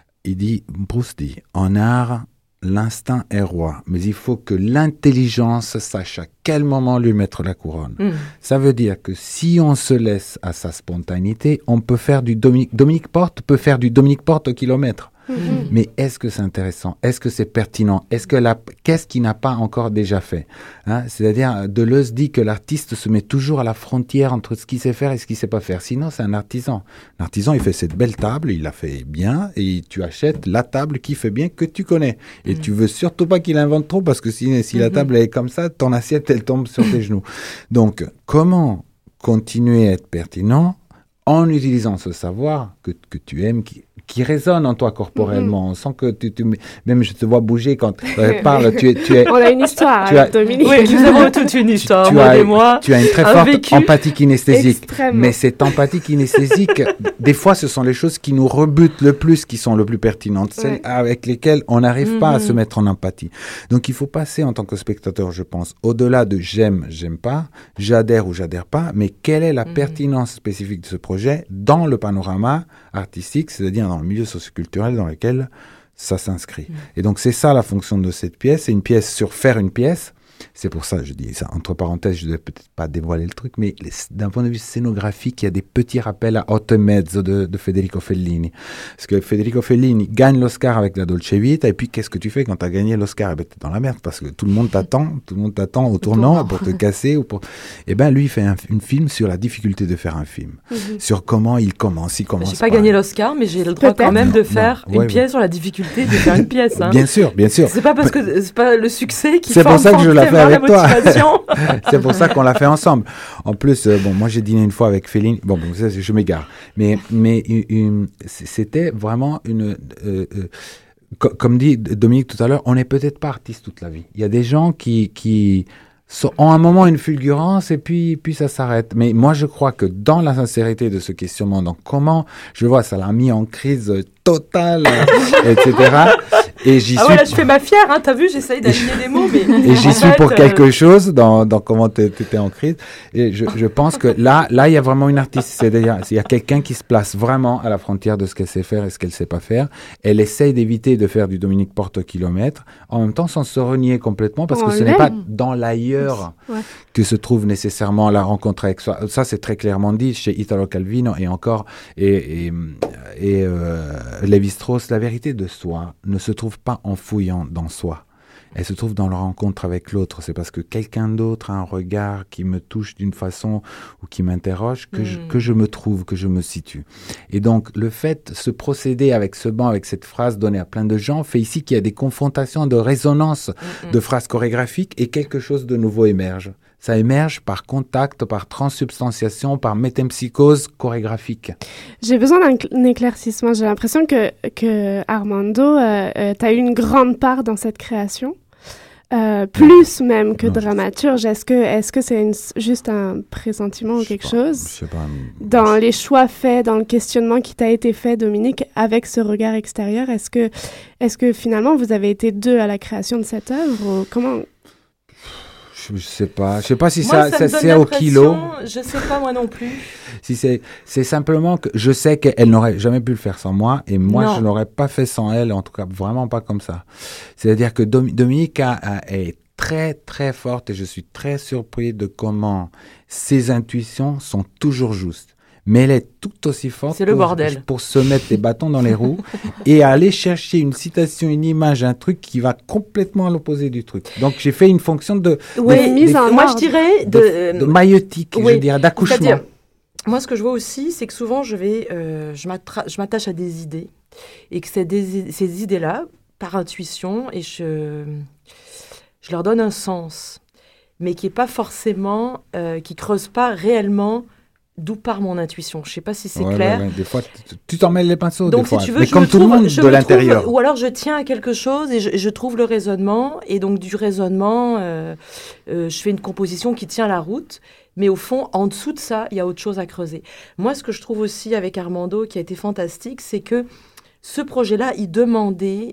Proust dit, en art, l'instinct est roi, mais il faut que l'intelligence sache à quel moment lui mettre la couronne. Ça veut dire que si on se laisse à sa spontanéité, on peut faire du Dominique Porte peut faire du Dominique Porte au kilomètre. Mais est-ce que c'est intéressant? Est-ce que c'est pertinent? Qu'est-ce qu'il n'a pas encore déjà fait? C'est-à-dire, Deleuze dit que l'artiste se met toujours à la frontière entre ce qu'il sait faire et ce qu'il ne sait pas faire. Sinon, c'est un artisan. L'artisan, il fait cette belle table, il la fait bien, et tu achètes la table qui fait bien, que tu connais. Et tu veux surtout pas qu'il invente trop, parce que si la table est comme ça, ton assiette, elle tombe sur tes genoux. Donc, comment continuer à être pertinent en utilisant ce savoir que tu aimes, qui résonne en toi corporellement. On sent que même je te vois bouger quand tu parles. Tu es, on a une histoire avec Dominique. Oui, nous avons toute une histoire, moi et moi. Tu as une très forte empathie kinesthésique. Extrêmement. Mais cette empathie kinesthésique, des fois, ce sont les choses qui nous rebutent le plus, qui sont le plus pertinentes, celles avec lesquelles on n'arrive pas à se mettre en empathie. Donc, il faut passer en tant que spectateur, je pense, au-delà de j'aime pas, j'adhère ou j'adhère pas, mais quelle est la pertinence spécifique de ce projet dans le panorama artistique, c'est-à-dire dans le milieu socioculturel dans lequel ça s'inscrit. Et donc, c'est ça la fonction de cette pièce. C'est une pièce sur faire une pièce. C'est pour ça, je dis ça entre parenthèses, je ne vais peut-être pas dévoiler le truc, mais d'un point de vue scénographique, il y a des petits rappels à Otto Mezzo de Federico Fellini. Parce que Federico Fellini gagne l'Oscar avec la Dolce Vita, et puis qu'est-ce que tu fais quand tu as gagné l'Oscar? Eh ben, tu es dans la merde, parce que tout le monde t'attend au tournant pour te casser. Eh ben, lui, il fait un film sur la difficulté de faire un film, sur comment il commence. Je n'ai pas gagné l'Oscar, mais j'ai le droit quand même de faire une pièce sur la difficulté de faire une pièce. Hein. Bien sûr, bien sûr. C'est pas parce que c'est pas le succès qui c'est forme pour ça que je l'ai fait avec toi. C'est pour ça qu'on l'a fait ensemble. En plus, moi j'ai dîné une fois avec Fellini. Bon, je m'égare. Mais c'était vraiment comme dit Dominique tout à l'heure, on n'est peut-être pas artiste toute la vie. Il y a des gens qui ont un moment une fulgurance et puis ça s'arrête. Mais moi je crois que dans la sincérité de ce questionnement, donc comment, je vois, ça l'a mis en crise totale, etc. Et j'y suis... là, je fais ma fière, hein, t'as vu, j'essaye d'aligner les mots, mais... Et j'y suis pour quelque chose dans comment tu étais en crise. Et je pense que là, il y a vraiment une artiste. C'est-à-dire, il y a quelqu'un qui se place vraiment à la frontière de ce qu'elle sait faire et ce qu'elle sait pas faire. Elle essaye d'éviter de faire du Dominique Porte au kilomètre, en même temps sans se renier complètement, parce que ce n'est pas dans l'ailleurs que se trouve nécessairement la rencontre avec soi. Ça, c'est très clairement dit chez Italo Calvino et encore, et Lévi-Strauss, la vérité de soi ne se trouve pas en fouillant dans soi. Elle se trouve dans la rencontre avec l'autre. C'est parce que quelqu'un d'autre a un regard qui me touche d'une façon ou qui m'interroge que je me trouve, que je me situe. Et donc, le fait, ce procédé avec ce banc, avec cette phrase donnée à plein de gens, fait ici qu'il y a des confrontations de résonance de phrases chorégraphiques et quelque chose de nouveau émerge. Ça émerge par contact, par transsubstantiation, par métempsychose chorégraphique. J'ai besoin d'un éclaircissement. J'ai l'impression que Armando, t'as eu une grande part dans cette création. Plus même que dramaturge. Est-ce que c'est juste un pressentiment ou quelque chose? Je sais pas. Dans les choix faits, dans le questionnement qui t'a été fait, Dominique, avec ce regard extérieur, est-ce que finalement vous avez été deux à la création de cette œuvre ou comment? Je sais pas si Moi, ça me donne c'est au kilo. Je sais pas moi non plus. Si c'est simplement que je sais qu'elle n'aurait jamais pu le faire sans moi et moi Non. je n'aurais pas fait sans elle, en tout cas vraiment pas comme ça. C'est-à-dire que Dominique est très très forte et je suis très surpris de comment ses intuitions sont toujours justes. Mais elle est tout aussi forte C'est le bordel. pour se mettre les bâtons dans les roues et aller chercher une citation, une image, un truc qui va complètement à l'opposé du truc. Donc j'ai fait une fonction de moi je dirais de maïeutique, je dirais, d'accouchement. C'est-à-dire, moi ce que je vois aussi, c'est que souvent je m'attache à des idées et que ces idées-là, par intuition, et je leur donne un sens, mais qui est pas forcément, qui creuse pas réellement d'où part mon intuition. Je sais pas si c'est clair. Ouais. Des fois, tu t'en mêles les pinceaux. Donc, des fois. si tu veux, mais comme tout le monde de l'intérieur. Ou alors, je tiens à quelque chose et je trouve le raisonnement. Et donc, du raisonnement, je fais une composition qui tient la route. Mais au fond, en dessous de ça, il y a autre chose à creuser. Moi, ce que je trouve aussi avec Armando, qui a été fantastique, c'est que ce projet-là, il demandait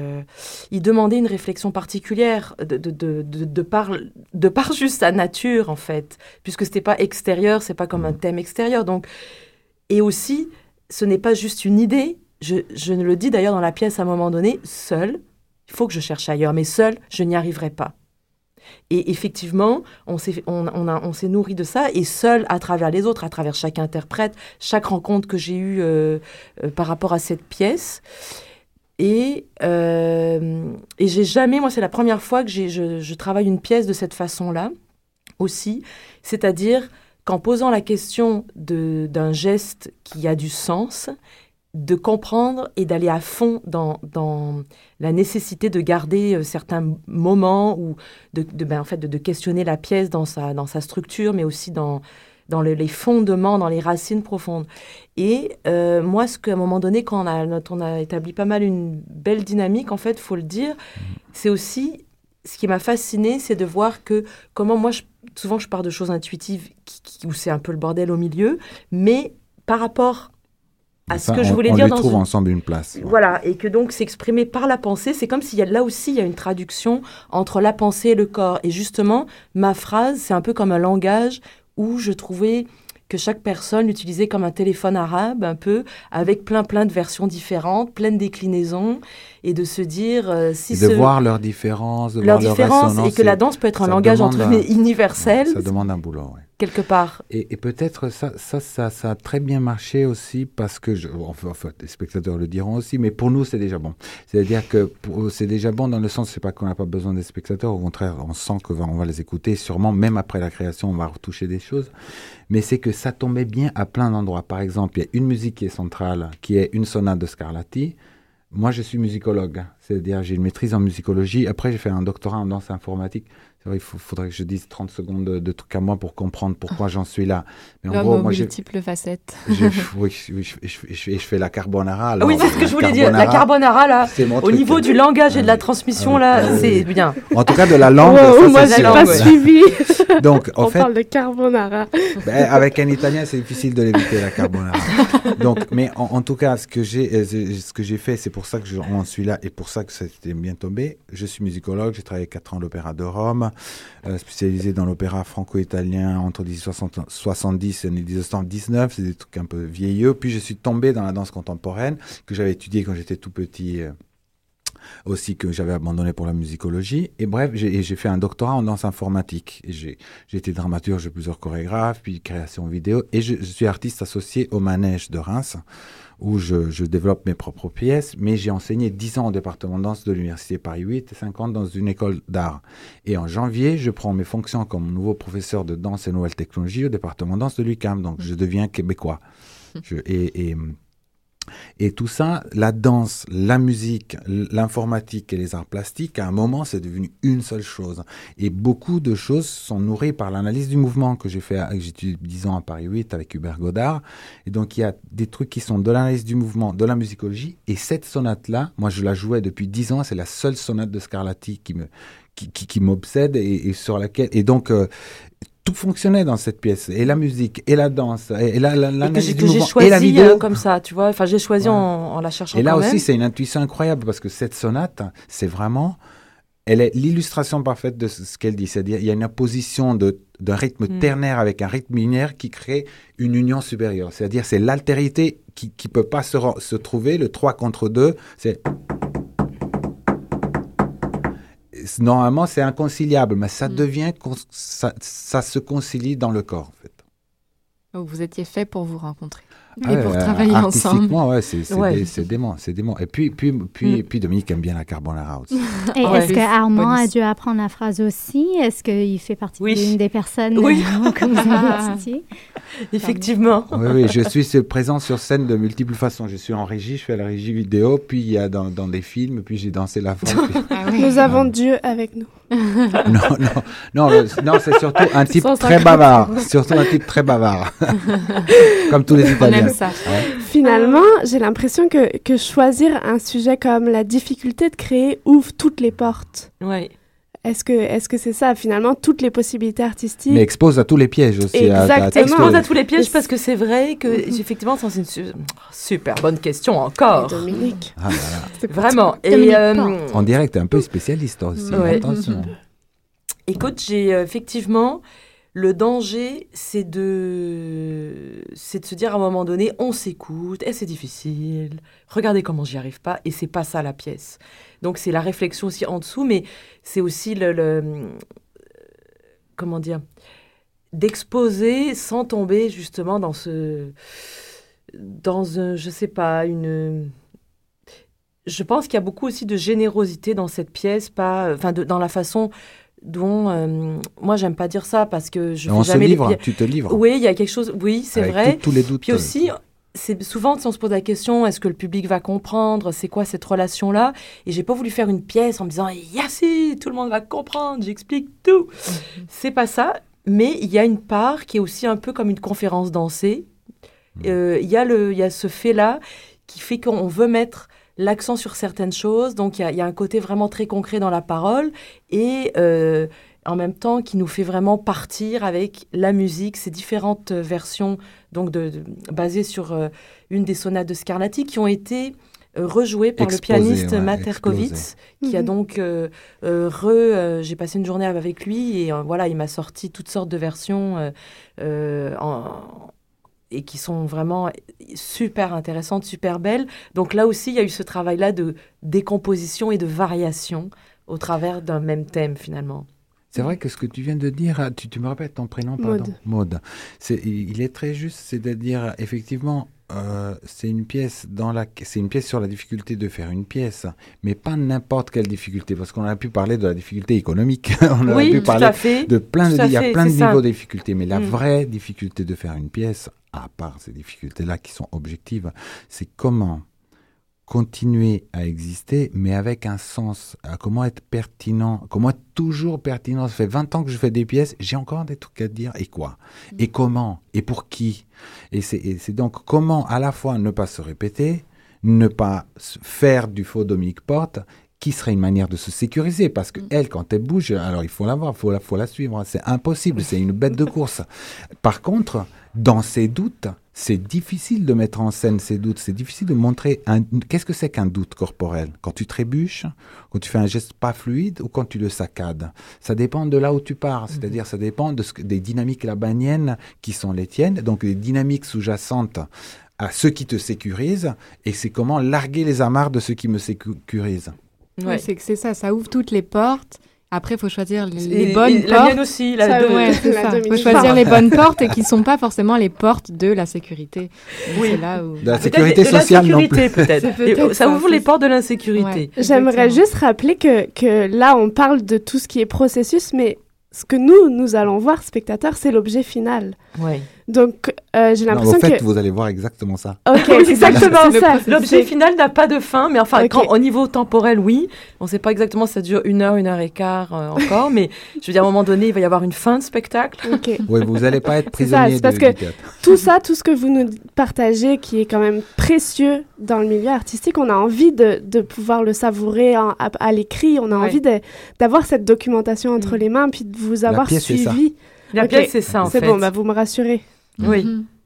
une réflexion particulière de par juste sa nature, en fait, puisque c'était pas extérieur, c'est pas comme un thème extérieur. Donc, et aussi, ce n'est pas juste une idée. Je ne le dis d'ailleurs dans la pièce à un moment donné, seul, il faut que je cherche ailleurs, mais seul, je n'y arriverai pas. Et effectivement, on s'est nourri de ça, et seul, à travers les autres, à travers chaque interprète, chaque rencontre que j'ai eue par rapport à cette pièce. Et j'ai jamais, moi c'est la première fois que je travaille une pièce de cette façon-là aussi, c'est-à-dire qu'en posant la question d'un geste qui a du sens, de comprendre et d'aller à fond dans la nécessité de garder certains moments ou de questionner la pièce dans sa structure, mais aussi dans les fondements, dans les racines profondes. Et moi, qu'à un moment donné, quand on a établi pas mal une belle dynamique, en fait, il faut le dire, c'est aussi, ce qui m'a fascinée, c'est de voir que comment moi, souvent je pars de choses intuitives où c'est un peu le bordel au milieu, mais par rapport à ce que je voulais dire on lui trouve ensemble une place. Voilà, et que donc s'exprimer par la pensée, c'est comme s'il y a là aussi, il y a une traduction entre la pensée et le corps. Et justement, ma phrase, c'est un peu comme un langage où je trouvais que chaque personne l'utilisait comme un téléphone arabe, un peu, avec plein de versions différentes, plein de déclinaisons, et de se dire... voir leurs différences, voir leurs résonances. Et que la danse peut être un langage universel. Ça demande un boulot, oui. Quelque part. Et peut-être ça a très bien marché aussi parce que, enfin, les spectateurs le diront aussi, mais pour nous, c'est déjà bon. C'est-à-dire que c'est déjà bon dans le sens, c'est pas qu'on n'a pas besoin des spectateurs, au contraire, on sent qu'on va les écouter, sûrement, même après la création, on va retoucher des choses, mais c'est que ça tombait bien à plein d'endroits. Par exemple, il y a une musique qui est centrale, qui est une sonate de Scarlatti. Moi, je suis musicologue, c'est-à-dire j'ai une maîtrise en musicologie. Après, j'ai fait un doctorat en danse informatique. C'est vrai, il faudrait que je dise 30 secondes de trucs à moi pour comprendre pourquoi j'en suis là. Mais en gros, moi, multiples facettes. Je fais la carbonara. Alors, oui, c'est ce que je voulais dire. La carbonara, là, au niveau du langage et de la transmission, là, c'est bien. En tout cas, de la langue. Moi, je n'ai pas suivi. Donc, on parle de carbonara. Avec un italien, c'est difficile de l'éviter, la carbonara. Donc, mais en tout cas, ce que j'ai fait, c'est pour ça que j'en suis là et pour ça que ça s'était bien tombé. Je suis musicologue, j'ai travaillé 4 ans à l'Opéra de Rome, spécialisé dans l'opéra franco-italien entre 1870 et 1919. C'est des trucs un peu vieilleux. Puis, je suis tombé dans la danse contemporaine que j'avais étudiée quand j'étais tout petit. Aussi que j'avais abandonné pour la musicologie. Et bref, j'ai fait un doctorat en danse informatique. J'ai été dramaturge de plusieurs chorégraphes, puis création vidéo. Et je suis artiste associé au Manège de Reims, où je développe mes propres pièces. Mais j'ai enseigné 10 ans au département de danse de l'Université Paris 8 et 5 ans dans une école d'art. Et en janvier, je prends mes fonctions comme nouveau professeur de danse et nouvelles technologies au département de danse de l'UQAM. Donc, je deviens québécois. Et tout ça, la danse, la musique, l'informatique et les arts plastiques, à un moment, c'est devenu une seule chose. Et beaucoup de choses sont nourries par l'analyse du mouvement que j'ai étudié 10 ans à Paris 8 avec Hubert Godard. Et donc, il y a des trucs qui sont de l'analyse du mouvement, de la musicologie. Et cette sonate-là, moi, je la jouais depuis 10 ans. C'est la seule sonate de Scarlatti qui m'obsède et sur laquelle... Et donc... tout fonctionnait dans cette pièce, et la musique, et la danse, et l'analyse du mouvement, et la vidéo. Comme ça, tu vois. Enfin, j'ai choisi en la cherchant. Et là quand aussi, même. c'est une intuition incroyable, parce que cette sonate, c'est vraiment elle est l'illustration parfaite de ce qu'elle dit. C'est-à-dire, il y a une opposition d'un rythme ternaire avec un rythme linéaire qui crée une union supérieure. C'est-à-dire, c'est l'altérité qui ne peut pas se trouver, le 3 contre 2. Normalement, c'est inconciliable, mais ça devient, ça se concilie dans le corps, en fait. Donc, vous étiez fait pour vous rencontrer et pour travailler ensemble. Artistiquement, c'est dément, c'est dément. Et puis Dominique aime bien la carbonara aussi. Et est-ce que Armand a dû apprendre la phrase aussi? Est-ce qu'il fait partie d'une des personnes que vous avez étudiées? Effectivement. Oui, je suis présent sur scène de multiples façons. Je suis en régie, je fais la régie vidéo, puis il y a dans des films, puis j'ai dansé la France. Nous avons Dieu avec nous. Non, c'est surtout un type très bavard. Surtout un type très bavard. Comme tous les Italiens. On aime ça. Ouais. Finalement, j'ai l'impression que choisir un sujet comme la difficulté de créer ouvre toutes les portes. Oui. Est-ce que c'est ça, finalement, toutes les possibilités artistiques? Mais expose à tous les pièges aussi. Exactement. Expose à tous les pièges parce que c'est vrai que, effectivement, c'est une super bonne question encore. Et Dominique. Ah, voilà. Vraiment. En direct, t'es un peu spécialiste aussi. Ouais. Attention. Écoute, j'ai effectivement... Le danger, c'est de se dire à un moment donné, on s'écoute, et c'est difficile, regardez comment j'y arrive pas, et c'est pas ça la pièce. Donc c'est la réflexion aussi en dessous, mais c'est aussi comment dire, d'exposer sans tomber justement dans je sais pas, je pense qu'il y a beaucoup aussi de générosité dans cette pièce, dans la façon dont moi j'aime pas dire ça parce que je fais jamais tu te livres. Oui, il y a quelque chose, oui, c'est avec vrai. Tous les doutes. Puis aussi, c'est souvent si on se pose la question, est-ce que le public va comprendre, c'est quoi cette relation-là? Et j'ai pas voulu faire une pièce en me disant, si, tout le monde va comprendre, j'explique tout. C'est pas ça, mais il y a une part qui est aussi un peu comme une conférence dansée. Il y a ce fait-là qui fait qu'on veut mettre l'accent sur certaines choses, donc il y a un côté vraiment très concret dans la parole et en même temps qui nous fait vraiment partir avec la musique, ces différentes versions donc basées sur une des sonates de Scarlatti qui ont été rejouées par le pianiste Matt Erkowitz qui a donc j'ai passé une journée avec lui et voilà, il m'a sorti toutes sortes de versions et qui sont vraiment super intéressantes, super belles. Donc là aussi, il y a eu ce travail-là de décomposition et de variation au travers d'un même thème, finalement. C'est vrai que ce que tu viens de dire, tu me répètes ton prénom, pardon. Maud. Il est très juste, c'est-à-dire, effectivement, c'est une pièce sur la difficulté de faire une pièce, mais pas n'importe quelle difficulté, parce qu'on a pu parler de la difficulté économique, on a pu parler de il y a plein de niveaux de difficultés, mais la vraie difficulté de faire une pièce, à part ces difficultés-là qui sont objectives, c'est comment continuer à exister, mais avec un sens, comment être pertinent, comment être toujours pertinent. Ça fait 20 ans que je fais des pièces, j'ai encore des trucs à dire, et quoi? Et comment? Et pour qui? Et c'est donc comment à la fois ne pas se répéter, ne pas faire du faux Dominique Porte, qui serait une manière de se sécuriser, parce que elle, quand elle bouge, alors il faut la voir, faut la suivre, c'est impossible, c'est une bête de course. Par contre, dans ses doutes, c'est difficile de mettre en scène ces doutes, c'est difficile de montrer qu'est-ce que c'est qu'un doute corporel? Quand tu trébuches, quand tu fais un geste pas fluide ou quand tu le saccades? Ça dépend de là où tu pars, c'est-à-dire ça dépend des dynamiques labaniennes qui sont les tiennes, donc des dynamiques sous-jacentes à ceux qui te sécurisent, et c'est comment larguer les amarres de ceux qui me sécurisent. Ouais. C'est ça ouvre toutes les portes. Après, il faut choisir les bonnes portes. La mienne aussi, Il faut choisir les bonnes portes et qui ne sont pas forcément les portes de la sécurité. Oui, c'est là où... de la sécurité sociale non plus. Peut-être. Ça ouvre les portes de l'insécurité. Ouais, j'aimerais juste rappeler que là, on parle de tout ce qui est processus, mais ce que nous allons voir, spectateurs, c'est l'objet final. Oui. Donc, j'ai l'impression que... vous allez voir exactement ça. Ok, c'est exactement ça. L'objet final n'a pas de fin, mais enfin, au niveau temporel, oui. On ne sait pas exactement si ça dure 1 heure, 1 heure et quart encore, mais je veux dire, à un moment donné, il va y avoir une fin de spectacle. Okay. Oui, vous n'allez pas être prisonnier c'est parce que tout ce que vous nous partagez, qui est quand même précieux dans le milieu artistique, on a envie de pouvoir le savourer à l'écrit, on a envie d'avoir cette documentation entre les mains, puis de vous avoir suivi. La pièce, c'est ça, en fait. C'est bon, vous me rassurez. Oui.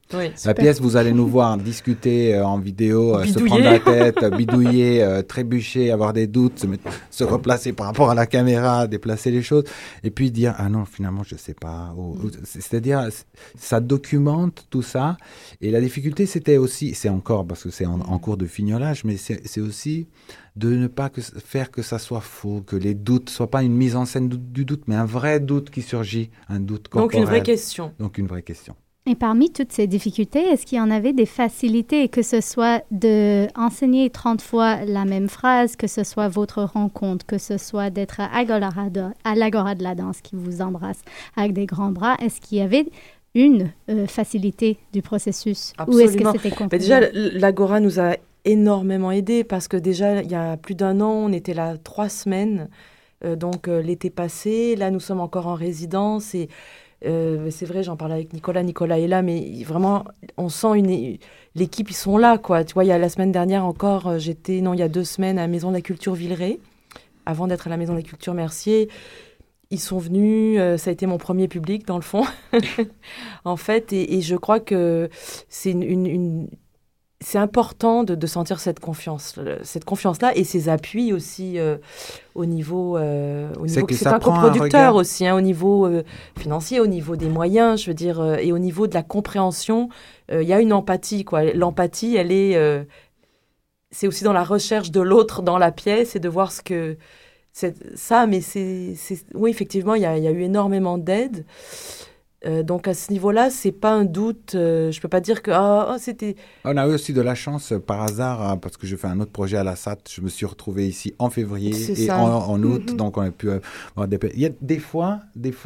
Oui, La super. pièce, vous allez nous voir discuter en vidéo, se Bidouiller. prendre la tête, bidouiller, trébucher, avoir des doutes, se replacer par rapport à la caméra, déplacer les choses, et puis dire ah non, finalement je sais pas. C'est-à-dire, ça documente tout ça. Et la difficulté, c'était aussi, c'est encore parce que c'est en cours de fignolage, mais c'est aussi de ne pas faire que ça soit faux, que les doutes soient pas une mise en scène du doute, mais un vrai doute qui surgit, un doute corporel. Donc une vraie question. Donc une vraie question. Et parmi toutes ces difficultés, est-ce qu'il y en avait des facilités, que ce soit d'enseigner 30 fois la même phrase, que ce soit votre rencontre, que ce soit d'être à l'Agora de la danse qui vous embrasse avec des grands bras, est-ce qu'il y avait une facilité du processus? Absolument. Ou est-ce que c'était compliqué? Déjà, l'Agora nous a énormément aidés parce que déjà, il y a plus d'1 an, on était là 3 semaines, donc l'été passé. Là, nous sommes encore en résidence et c'est vrai, j'en parlais avec Nicolas. Nicolas est là, mais vraiment, on sent l'équipe, ils sont là, quoi. Tu vois, il y a la semaine dernière encore, il y a 2 semaines à la Maison de la Culture Villeray, avant d'être à la Maison de la Culture Mercier. Ils sont venus, ça a été mon premier public, dans le fond, en fait, et je crois que c'est c'est important de sentir cette confiance-là et ces appuis aussi au niveau que c'est un coproducteur aussi, hein, au niveau financier, au niveau des moyens, je veux dire, et au niveau de la compréhension, il y a une empathie, quoi. L'empathie, elle est, c'est aussi dans la recherche de l'autre dans la pièce et de voir ce que c'est ça, mais oui, effectivement, il y a eu énormément d'aide. Donc à ce niveau-là, c'est pas un doute. Je peux pas dire que c'était. On a eu aussi de la chance par hasard parce que je fais un autre projet à la SAT. Je me suis retrouvé ici en février et en août, donc on a pu avoir des. Il y a des fois,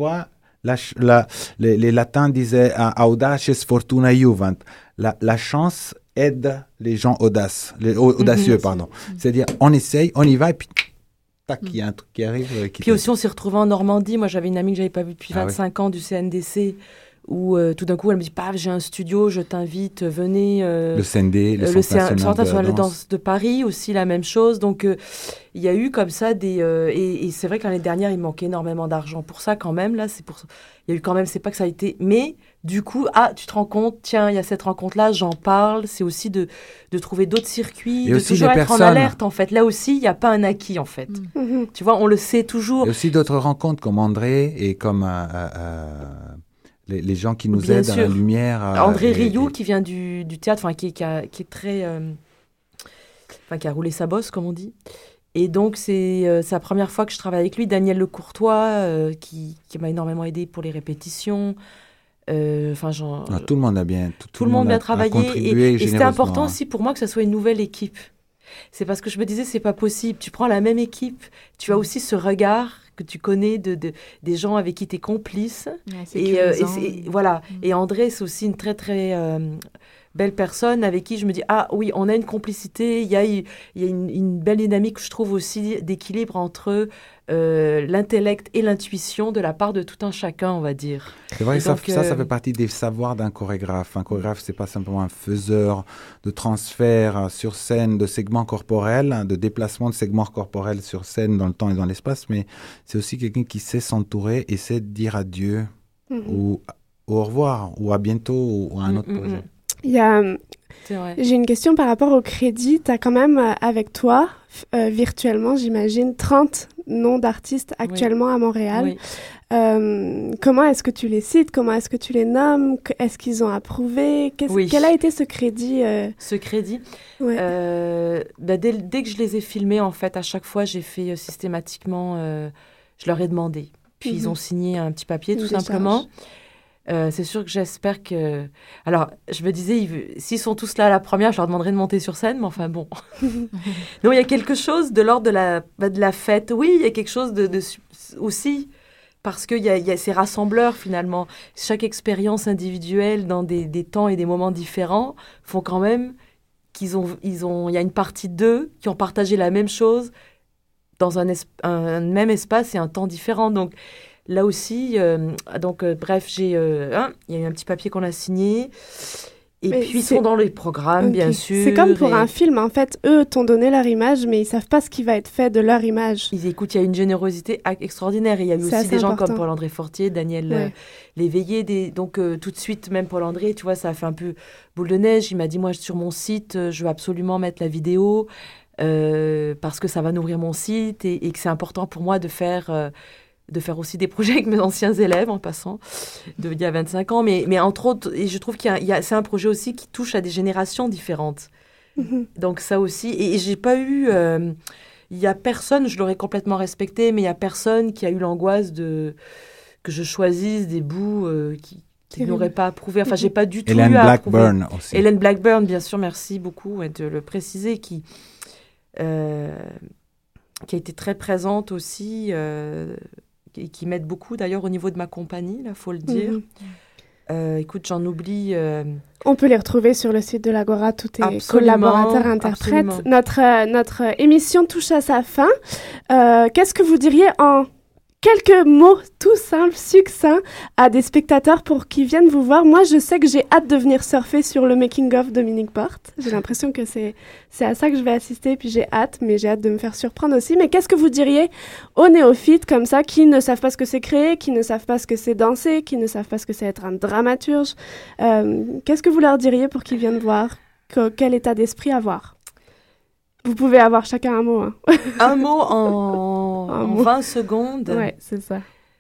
les latins disaient audaces fortuna juvent. La chance aide les gens audacieux, pardon. C'est-à-dire on essaye, on y va et puis. Tac, il y a un truc qui arrive. Puis aussi, on s'est retrouvés en Normandie. Moi, j'avais une amie que j'avais pas vue depuis 25 ans du CNDC, où tout d'un coup, elle me dit, paf, j'ai un studio, je t'invite, venez. Le CND, le Centre national de danse de Paris, aussi la même chose. Donc, il y a eu comme ça des... et c'est vrai que l'année dernière, il manquait énormément d'argent pour ça quand même. Là, il y a eu quand même, c'est pas que ça a été... Mais du coup, tu te rends compte, tiens, il y a cette rencontre-là, j'en parle. C'est aussi de trouver d'autres circuits, de toujours être en alerte, en fait. Là aussi, il n'y a pas un acquis, en fait. Tu vois, on le sait toujours. Il y a aussi d'autres rencontres comme André et comme les gens qui nous aident à la lumière. André Rioux, qui vient du théâtre, qui est très... qui a roulé sa bosse, comme on dit. Et donc, c'est la première fois que je travaille avec lui. Daniel Lecourtois, qui m'a énormément aidé pour les répétitions. Tout le monde a bien, tout le monde a travaillé. Et c'était important hein. aussi pour moi que ça soit une nouvelle équipe. C'est parce que je me disais, c'est pas possible. Tu prends la même équipe, tu as aussi ce regard que tu connais des gens avec qui tu es complice. Voilà. Et André, c'est aussi une très, très belle personne avec qui je me dis, ah oui, on a une complicité, il y a une belle dynamique, je trouve aussi, d'équilibre entre l'intellect et l'intuition de la part de tout un chacun, on va dire. C'est vrai que ça fait partie des savoirs d'un chorégraphe. Un chorégraphe, c'est pas simplement un faiseur de transfert sur scène de segments corporels, de déplacement de segments corporels sur scène dans le temps et dans l'espace, mais c'est aussi quelqu'un qui sait s'entourer et sait dire adieu ou au revoir ou à bientôt ou à un autre projet. J'ai une question par rapport au crédit. Tu as quand même avec toi, virtuellement, j'imagine, 30 noms d'artistes actuellement à Montréal. Oui. Comment est-ce que tu les cites? Comment est-ce que tu les nommes? Est-ce qu'ils ont approuvé? Quel a été ce crédit? Ce crédit dès que je les ai filmés, en fait, à chaque fois, j'ai fait systématiquement... je leur ai demandé. Puis ils ont signé un petit papier, tout simplement. C'est sûr que j'espère que... Alors, je me disais, s'ils sont tous là à la première, je leur demanderais de monter sur scène, mais enfin bon. Non, il y a quelque chose de l'ordre de la fête. Oui, il y a quelque chose aussi, parce qu'il y a ces rassembleurs, finalement. Chaque expérience individuelle dans des temps et des moments différents font quand même il y a une partie d'eux qui ont partagé la même chose dans un même espace et un temps différent. Donc, là aussi, bref, il y a eu un petit papier qu'on a signé. Et Mais puis, ils c'est- sont dans les programmes, Ok. bien sûr. C'est comme pour et- un film, en fait. Eux t'ont donné leur image, mais ils savent pas ce qui va être fait de leur image. Ils écoutent, il y a une générosité extraordinaire. Et il y a eu C'est aussi assez des gens important. comme Paul-André Fortier, Daniel Ouais. Léveillé. Donc, tout de suite, même Paul-André, tu vois, ça a fait un peu boule de neige. Il m'a dit, moi, sur mon site, je veux absolument mettre la vidéo parce que ça va nourrir mon site et que c'est important pour moi de faire aussi des projets avec mes anciens élèves, en passant, il y a 25 ans. Mais entre autres, et je trouve c'est un projet aussi qui touche à des générations différentes. Mhm. Donc ça aussi, et j'ai pas eu... Il y a personne, je l'aurais complètement respecté, mais il y a personne qui a eu l'angoisse que je choisisse des bouts qui Terrible. n'auraient pas approuvé. Enfin, j'ai pas du tout Hélène eu à Blackburn approuver. aussi. Hélène Blackburn, bien sûr, merci beaucoup de le préciser, qui a été très présente aussi, et qui m'aide beaucoup d'ailleurs au niveau de ma compagnie, là, faut le dire. Mhm. Écoute, j'en oublie... On peut les retrouver sur le site de l'Agora, tous tes Absolument, collaborateurs interprètes. absolument. Notre émission touche à sa fin. Qu'est-ce que vous diriez en quelques mots tout simples, succincts, à des spectateurs pour qu'ils viennent vous voir? Moi, je sais que j'ai hâte de venir surfer sur le making-of Dominique Porte. J'ai l'impression que c'est à ça que je vais assister, puis j'ai hâte, mais j'ai hâte de me faire surprendre aussi. Mais qu'est-ce que vous diriez aux néophytes comme ça, qui ne savent pas ce que c'est créer, qui ne savent pas ce que c'est danser, qui ne savent pas ce que c'est être un dramaturge? Qu'est-ce que vous leur diriez pour qu'ils viennent voir? Quel état d'esprit avoir? Vous pouvez avoir chacun un mot. Hein. Un mot en mot. 20 secondes. Ouais, c'est ça.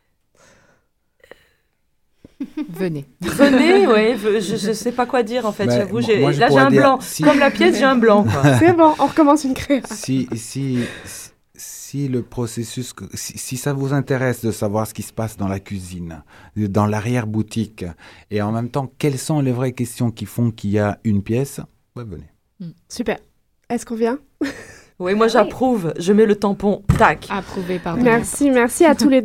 Venez. Venez, ouais, je sais pas quoi dire en fait, Ben, j'avoue. moi, je Là, j'ai pourrais un dire, blanc. si- Comme la pièce, j'ai un blanc. Quoi. C'est bon, on recommence une créa. Si le processus, si ça vous intéresse de savoir ce qui se passe dans la cuisine, dans l'arrière-boutique, et en même temps, quelles sont les vraies questions qui font qu'il y a une pièce, ouais, venez. Super. Est-ce qu'on vient? Oui, moi j'approuve. Je mets le tampon. Tac. Approuvé, pardon. Merci à tous les